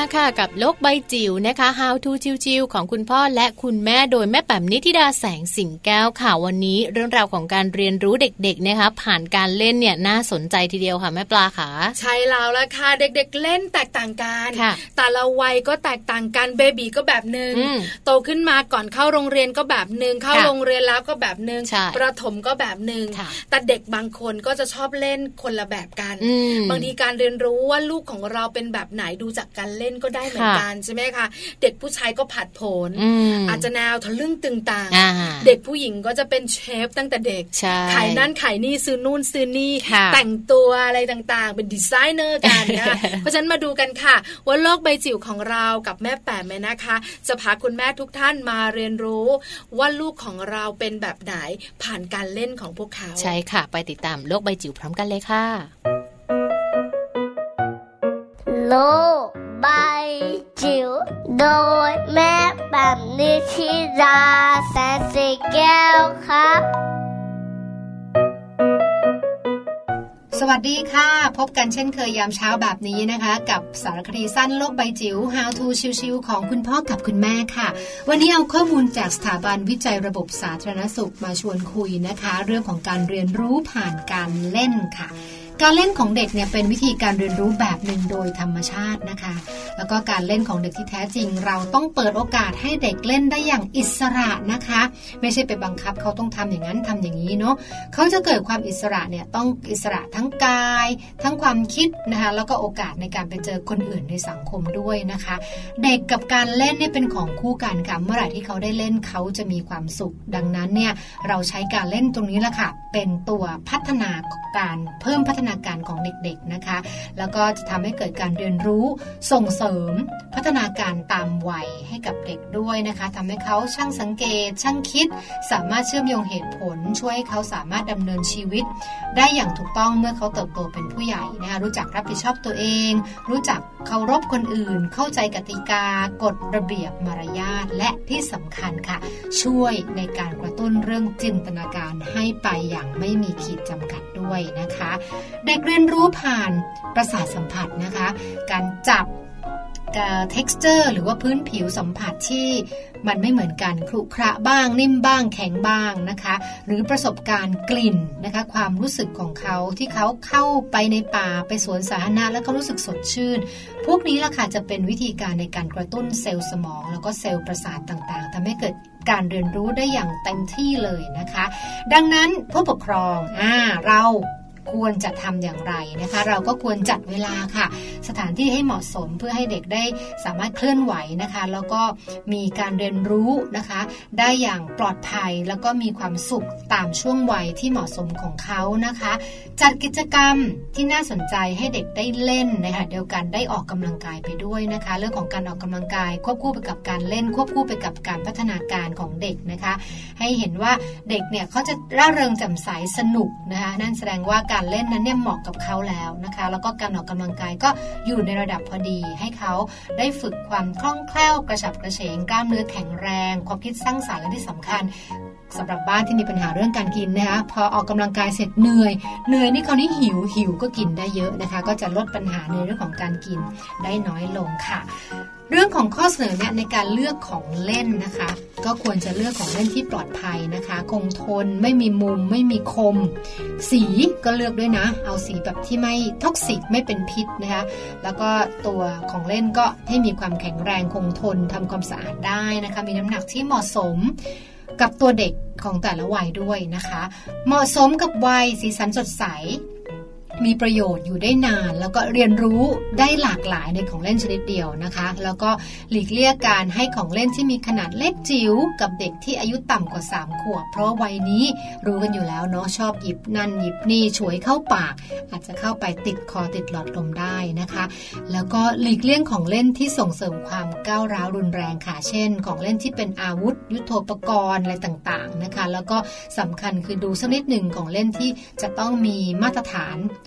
Speaker 3: ค่ะกับโลกใบจิ๋วนะคะ How to จิ๋วๆของคุณพ่อและคุณแม่โดยแม่แป๋มนิธิดาแสงสิงแก้วค่ะวันนี้เรื่องราวของการเรียนรู้เด็กๆนะคะผ่านการเล่นเนี่ยน่าสนใจทีเดียวค่ะแม่ปลาค่ะ
Speaker 4: ใช่แล้วล่ะค่ะเด็กๆเล่นแตกต่างกันแต่ละวัยก็แตกต่างกันเบบีก็แบบนึงโตขึ้นมาก่อนเข้าโรงเรียนก็แบบนึงเข้าโรงเรียนแล้วก็แบบนึงประถมก็แบบนึงแต่เด็กบางคนก็จะชอบเล่นคนละแบบกันบางทีการเรียนรู้ว่าลูกของเราเป็นแบบไหนดูจากการเล่นก็ได้เหมือนกันใช่ไหมคะเด็กผู้ชายก็ผัดโผนอาจจะแนวทะลึ่งตึงต่างเด็กผู้หญิงก็จะเป็นเชฟตั้งแต่เด็กขายนั่นขายนี่ซื้อนู่นซื้อนี่แต่งตัวอะไรต่างๆเป็นดีไซเนอร์กันนะเพราะฉะนั้นมาดูกันค่ะว่าโลกใบจิ๋วของเรากับแม่แป๋มนะคะจะพาคุณแม่ทุกท่านมาเรียนรู้ว่าลูกของเราเป็นแบบไหนผ่านการเล่นของพวกเขา
Speaker 3: ใช่ค่ะไปติดตามโลกใบจิ๋วพร้อมกันเลยค่ะ
Speaker 7: โลกใบจิ๋วโดยแม่แป๋มนิธิดาแสงสีแก้วครับ
Speaker 8: สวัสดีค่ะพบกันเช่นเคยยามเช้าแบบนี้นะคะกับสารคดีสั้นโลกใบจิ๋ว How to ชิวๆของคุณพ่อกับคุณแม่ค่ะวันนี้เอาข้อมูลจากสถาบันวิจัยระบบสาธารณสุขมาชวนคุยนะคะเรื่องของการเรียนรู้ผ่านการเล่นค่ะการเล่นของเด็กเนี่ยเป็นวิธีการเรียนรู้แบบหนึ่งโดยธรรมชาตินะคะแล้วก็การเล่นของเด็กที่แท้จริงเราต้องเปิดโอกาสให้เด็กเล่นได้อย่างอิสระนะคะไม่ใช่ไปบังคับเขาต้องทำอย่างนั้นทำอย่างนี้เนาะเขาจะเกิดความอิสระเนี่ยต้องอิสระทั้งกายทั้งความคิดนะคะแล้วก็โอกาสในการไปเจอคนอื่นในสังคมด้วยนะคะเด็กกับการเล่นเนี่ยเป็นของคู่กันค่ะเมื่อไหร่ที่เขาได้เล่นเขาจะมีความสุขดังนั้นเนี่ยเราใช้การเล่นตรงนี้แหละค่ะเป็นตัวพัฒนาการเพิ่มพัฒนาการของเด็กๆนะคะแล้วก็จะทำให้เกิดการเรียนรู้ส่งเสริมพัฒนาการตามวัยให้กับเด็กด้วยนะคะทำให้เขาช่างสังเกตช่างคิดสามารถเชื่อมโยงเหตุผลช่วยให้เขาสามารถดำเนินชีวิตได้อย่างถูกต้องเมื่อเขาเติบโตเป็นผู้ใหญ่นะคะรู้จักรับผิดชอบตัวเองรู้จักเคารพคนอื่นเข้าใจกติกากฎระเบียบมารยาทและที่สำคัญค่ะช่วยในการกระตุ้นเรื่องจินตนาการให้ไปอย่างไม่มีขีดจำกัดด้วยนะคะเด็กเรียนรู้ผ่านประสาทสัมผัสนะคะการจับtexture หรือว่าพื้นผิวสัมผัสที่มันไม่เหมือนกันครุขระบ้างนิ่มบ้างแข็งบ้างนะคะหรือประสบการณ์กลิ่นนะคะความรู้สึกของเขาที่เขาเข้าไปในป่าไปสวนสาธารณะแล้วเขารู้สึกสดชื่นพวกนี้ล่ะค่ะจะเป็นวิธีการในการกระตุ้นเซลล์สมองแล้วก็เซลล์ประสาทต่างๆทำให้เกิดการเรียนรู้ได้อย่างเต็มที่เลยนะคะดังนั้นผู้ปกครองเราควรจะทำอย่างไรนะคะเราก็ควรจัดเวลาค่ะสถานที่ให้เหมาะสมเพื่อให้เด็กได้สามารถเคลื่อนไหวนะคะแล้วก็มีการเรียนรู้นะคะได้อย่างปลอดภัยแล้วก็มีความสุขตามช่วงวัยที่เหมาะสมของเขานะคะจัดกิจกรรมที่น่าสนใจให้เด็กได้เล่นนะคะเดียวกันได้ออกกำลังกายไปด้วยนะคะเรื่องของการออกกำลังกายควบคู่ไปกับการเล่นควบคู่ไปกับการพัฒนาการของเด็กนะคะให้เห็นว่าเด็กเนี่ยเขาจะร่าเริงแจ่มใสสนุกนะคะนั่นแสดงว่าการเล่นนั้นเนี่ยเหมาะกับเขาแล้วนะคะแล้วก็การออกกำลังกายก็อยู่ในระดับพอดีให้เขาได้ฝึกความคล่องแคล่วกระฉับกระเฉงกล้ามเนื้อแข็งแรงความคิดสร้างสรรค์และที่สำคัญสำหรับบ้านที่มีปัญหาเรื่องการกินนะคะพอออกกำลังกายเสร็จเหนื่อยนี่คราวนี้หิวก็กินได้เยอะนะคะก็จะลดปัญหาในเรื่องของการกินได้น้อยลงค่ะเรื่องของข้อเสนอแนะในการเลือกของเล่นนะคะก็ควรจะเลือกของเล่นที่ปลอดภัยนะคะคงทนไม่มีมุมไม่มีคมสีก็เลือกด้วยนะเอาสีแบบที่ไม่ท็อกซิกไม่เป็นพิษนะคะแล้วก็ตัวของเล่นก็ให้มีความแข็งแรงคงทนทำความสะอาดได้นะคะมีน้ำหนักที่เหมาะสมกับตัวเด็กของแต่ละวัยด้วยนะคะเหมาะสมกับวัยสีสันสดใสมีประโยชน์อยู่ได้นานแล้วก็เรียนรู้ได้หลากหลายในของเล่นชนิดเดียวนะคะแล้วก็หลีกเลี่ยงการให้ของเล่นที่มีขนาดเล็กจิ๋วกับเด็กที่อายุต่ำกว่า3 ขวบเพราะวัยนี้รู้กันอยู่แล้วเนาะชอบหยิบนั่นหยิบนี่ฉวยเข้าปากอาจจะเข้าไปติดคอติดหลอดลมได้นะคะแล้วก็หลีกเลี่ยงของเล่นที่ส่งเสริมความก้าวร้าวรุนแรงค่ะเช่นของเล่นที่เป็นอาวุธยุทโธปกรณ์อะไรต่างๆนะคะแล้วก็สำคัญคือดูสักนิดหนึ่งของเล่นที่จะต้องมีมาตรฐาน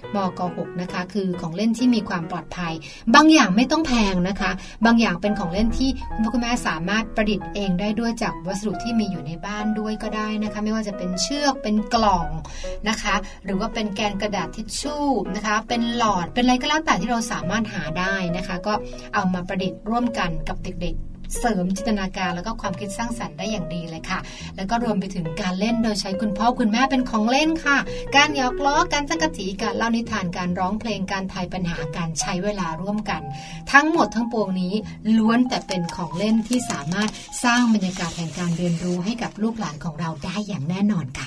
Speaker 8: มก.6 นะคะคือของเล่นที่มีความปลอดภัยบางอย่างไม่ต้องแพงนะคะบางอย่างเป็นของเล่นที่คุณพ่อคุณแม่สามารถประดิษฐ์เองได้ด้วยจากวัสดุที่มีอยู่ในบ้านด้วยก็ได้นะคะไม่ว่าจะเป็นเชือกเป็นกล่องนะคะหรือว่าเป็นแกนกระดาษทิชชู่นะคะเป็นหลอดเป็นอะไรก็แล้วแต่ที่เราสามารถหาได้นะคะก็เอามาประดิษฐ์ร่วมกันกับเด็กๆเสริมจินตนาการแล้วก็ความคิดสร้างสรรค์ได้อย่างดีเลยค่ะแล้วก็รวมไปถึงการเล่นโดยใช้คุณพ่อคุณแม่เป็นของเล่นค่ะการหยอกล้อการจักจีการเล่านิทานการร้องเพลงการทายปัญหาการใช้เวลาร่วมกันทั้งหมดทั้งปวงนี้ล้วนแต่เป็นของเล่นที่สามารถสร้างบรรยากาศแห่งการเรียนรู้ให้กับลูกหลานของเราได้อย่างแน่นอนค่ะ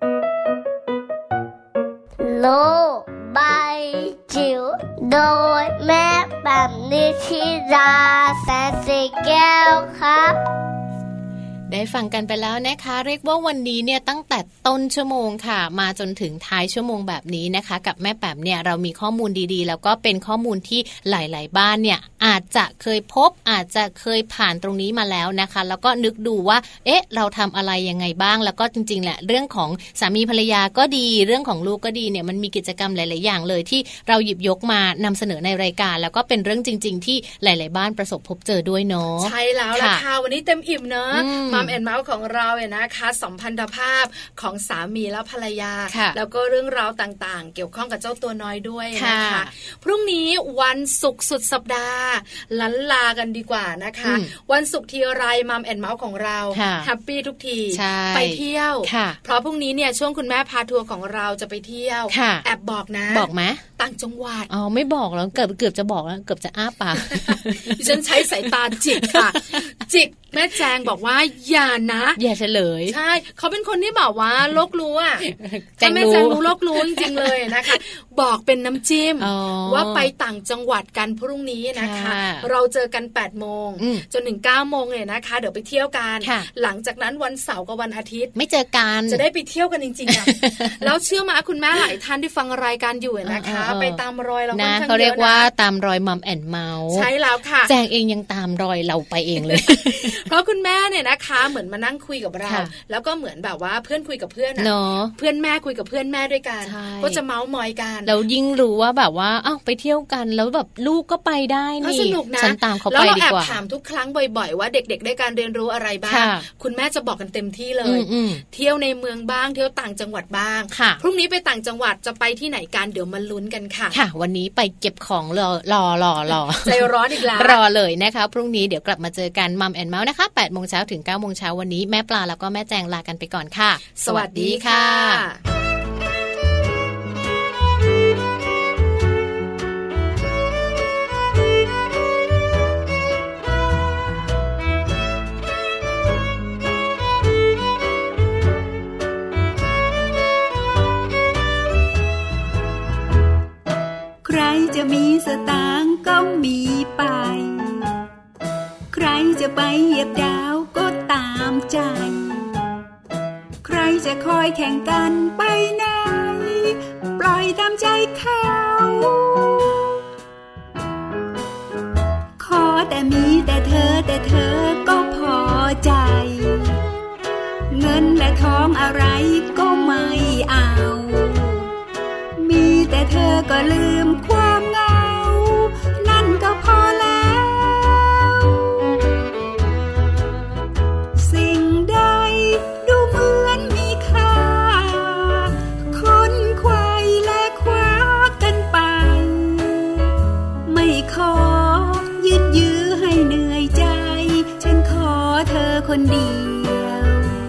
Speaker 7: โลกใบจิ๋วโดยแม่แบบนิชิราแสนสีแก้วครับ
Speaker 3: ได้ฟังกันไปแล้วนะคะเรียกว่าวันนี้เนี่ยตั้งแต่ต้นชั่วโมงค่ะมาจนถึงท้ายชั่วโมงแบบนี้นะคะกับแม่แป๋มเนี่ยเรามีข้อมูลดีๆแล้วก็เป็นข้อมูลที่หลายๆบ้านเนี่ยอาจจะเคยพบอาจจะเคยผ่านตรงนี้มาแล้วนะคะแล้วก็นึกดูว่าเราทำอะไรยังไงบ้างแล้วก็จริงๆแหละเรื่องของสามีภรรยาก็ดีเรื่องของลูกก็ดีเนี่ยมันมีกิจกรรมหลายๆอย่างเลยที่เราหยิบยกมานำเสนอในรายการแล้วก็เป็นเรื่องจริงๆที่หลายๆบ้านประสบพบเจอด้วยเนาะ
Speaker 4: ใช่แล้วล่ะค่ะวันนี้เต็มอิ่มเนาะมัมแอนด์เมาส์ของเราเนี่ยนะคะสัมพันธภาพของสามีและภรรยาแล้วก็เรื่องราวต่างๆเกี่ยวข้องกับเจ้าตัวน้อยด้วยนะคะพรุ่งนี้วันศุกร์สุดสัปดาห์ลันลากันดีกว่านะคะวันศุกร์ทีไรมัมแอนด์เมาส์ของเราแฮปปี้ทุกทีไปเที่ยวเพราะพรุ่งนี้เนี่ยช่วงคุณแม่พาทัวร์ของเราจะไปเที่ยวแอบบอกนะ
Speaker 3: บอกไหม
Speaker 4: ต่างจังหวัด
Speaker 3: อ๋อไม่บอกแล้วเกือบจะบอกแล้วเกือบจะอ้าปาก
Speaker 4: ดิฉันใช้สายตาจิกค่ะจิกแม่แจงบอกว่าอย่านะ
Speaker 3: อย่าเฉลย
Speaker 4: ใช่เขาเป็นคนที่บอกว่าโลกรู้อ่ะถ้าแม่แจงรู้โลกรู้จริงๆเลยนะคะบอกเป็นน้ำจิ้มว่าไปต่างจังหวัดกันพรุ่งนี้นะคะเราเจอกัน 8 โมงจนถึง 9 โมงเนี่ยนะคะเดี๋ยวไปเที่ยวกันหลังจากนั้นวันเสาร์กับวันอาทิตย์
Speaker 3: ไม่เจอกัน
Speaker 4: จะได้ไปเที่ยวกันจริงๆนะแล้วเชื่อมาคุณแม่หลายท่านที่ฟังรายการอยู่นะคะไปตามรอยเราค่อนข้างเยอะนะ
Speaker 3: เขาเรียกว่าตามรอยมัมแอนด์เมาส์
Speaker 4: ใช่แล้วค่ะ
Speaker 3: แจงเองยังตามรอยเราไปเองเลย
Speaker 4: เพราะคุณแม่เนี่ยนะคะเหมือนมานั่งคุยกับเราแล้วก็เหมือนแบบว่าเพื่อนคุยกับเพื่อน
Speaker 3: เนาะ
Speaker 4: เพื่อนแม่คุยกับเพื่อนแม่ด้วยกันก็จะเมาส์มอยกัน
Speaker 3: เรายิ่งรู้ว่าแบบว่าอ้าวไปเที่ยวกันแล้วแบบลูกก็ไปได้นี่
Speaker 4: สนุกนะ
Speaker 3: ฉันตามเขาไปดีกว่า
Speaker 4: แล้วเราแอบถามทุกครั้งบ่อยๆว่าเด็กๆได้การเรียนรู้อะไรบ้างคุณแม่จะบอกกันเต็มที่เลยเที่ยวในเมืองบ้างเที่ยวต่างจังหวัดบ้างพรุ่งนี้ไปต่างจังหวัดจะไปที่ไหนกันเดี๋ยวมาลุ้นกันค่ะ
Speaker 3: ค่ะวันนี้ไปเก็บของรอ
Speaker 4: ใจร้อนอีกแล้ว
Speaker 3: รอเลยนะคะพรุ่งนี้เดี๋ยวกลับมาเจอกันมัมแอนด์เมาส์นะคะ 8 โมงเช้าถึง 9 โมงเช้าวันนี้แม่ปลาแล้วก็แม่แจงลากันไปก่อนค่ะ
Speaker 4: สวัสดีค่ะ
Speaker 9: ใครจะมีสตางค์ก็มีไปใครจะไปเหยียบดาวก็ตามใจใครจะคอยแข่งกันไปไหนปล่อยตามใจเขาขอแต่มีแต่เธอก็พอใจเงินและทองอะไรก็ไม่เอามีแต่เธอก็ลืมความเหงานั่นก็พอแล้วสิ่งใดดูเหมือนมีค่าคนควายและคว้ากันไปไม่ขอยืดยื้อให้เหนื่อยใจฉันขอเธอคนเดียว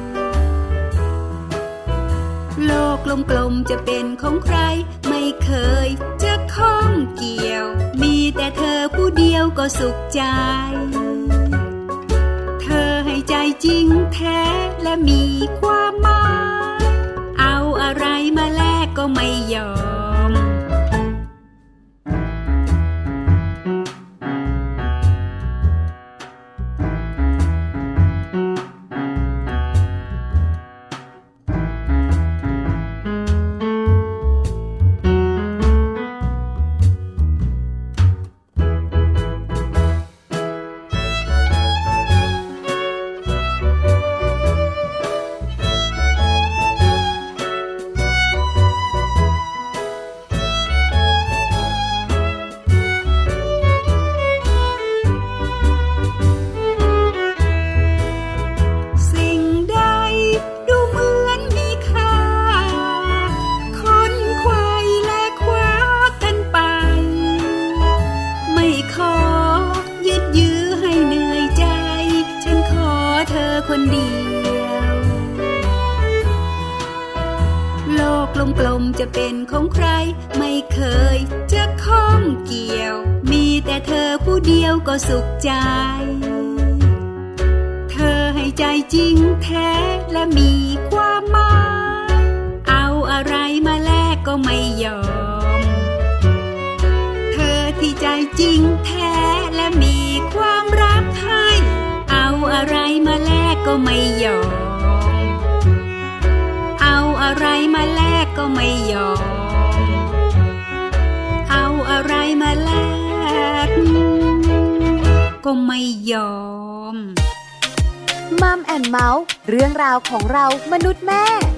Speaker 9: โลกกลมๆจะเป็นของใครไม่เคยจะข้องเกี่ยวมีแต่เธอผู้เดียวก็สุขใจเธอให้ใจจริงแท้และมีความหมายเอาอะไรมาแลกก็ไม่ยอมกลมๆจะเป็นของใครไม่เคยจะข้องเกี่ยวมีแต่เธอผู้เดียวก็สุขใจเธอให้ใจจริงแท้และมีความหมายเอาอะไรมาแลกก็ไม่ยอมเธอที่ใจจริงแท้และมีความรักให้เอาอะไรมาแลกก็ไม่ยอมเอาอะไรมาแลกก็ไม่ยอมเอาอะไรมาแลกก็ไม่ยอม
Speaker 1: มัมแอนด์เมาส์เรื่องราวของเรามนุษย์แม่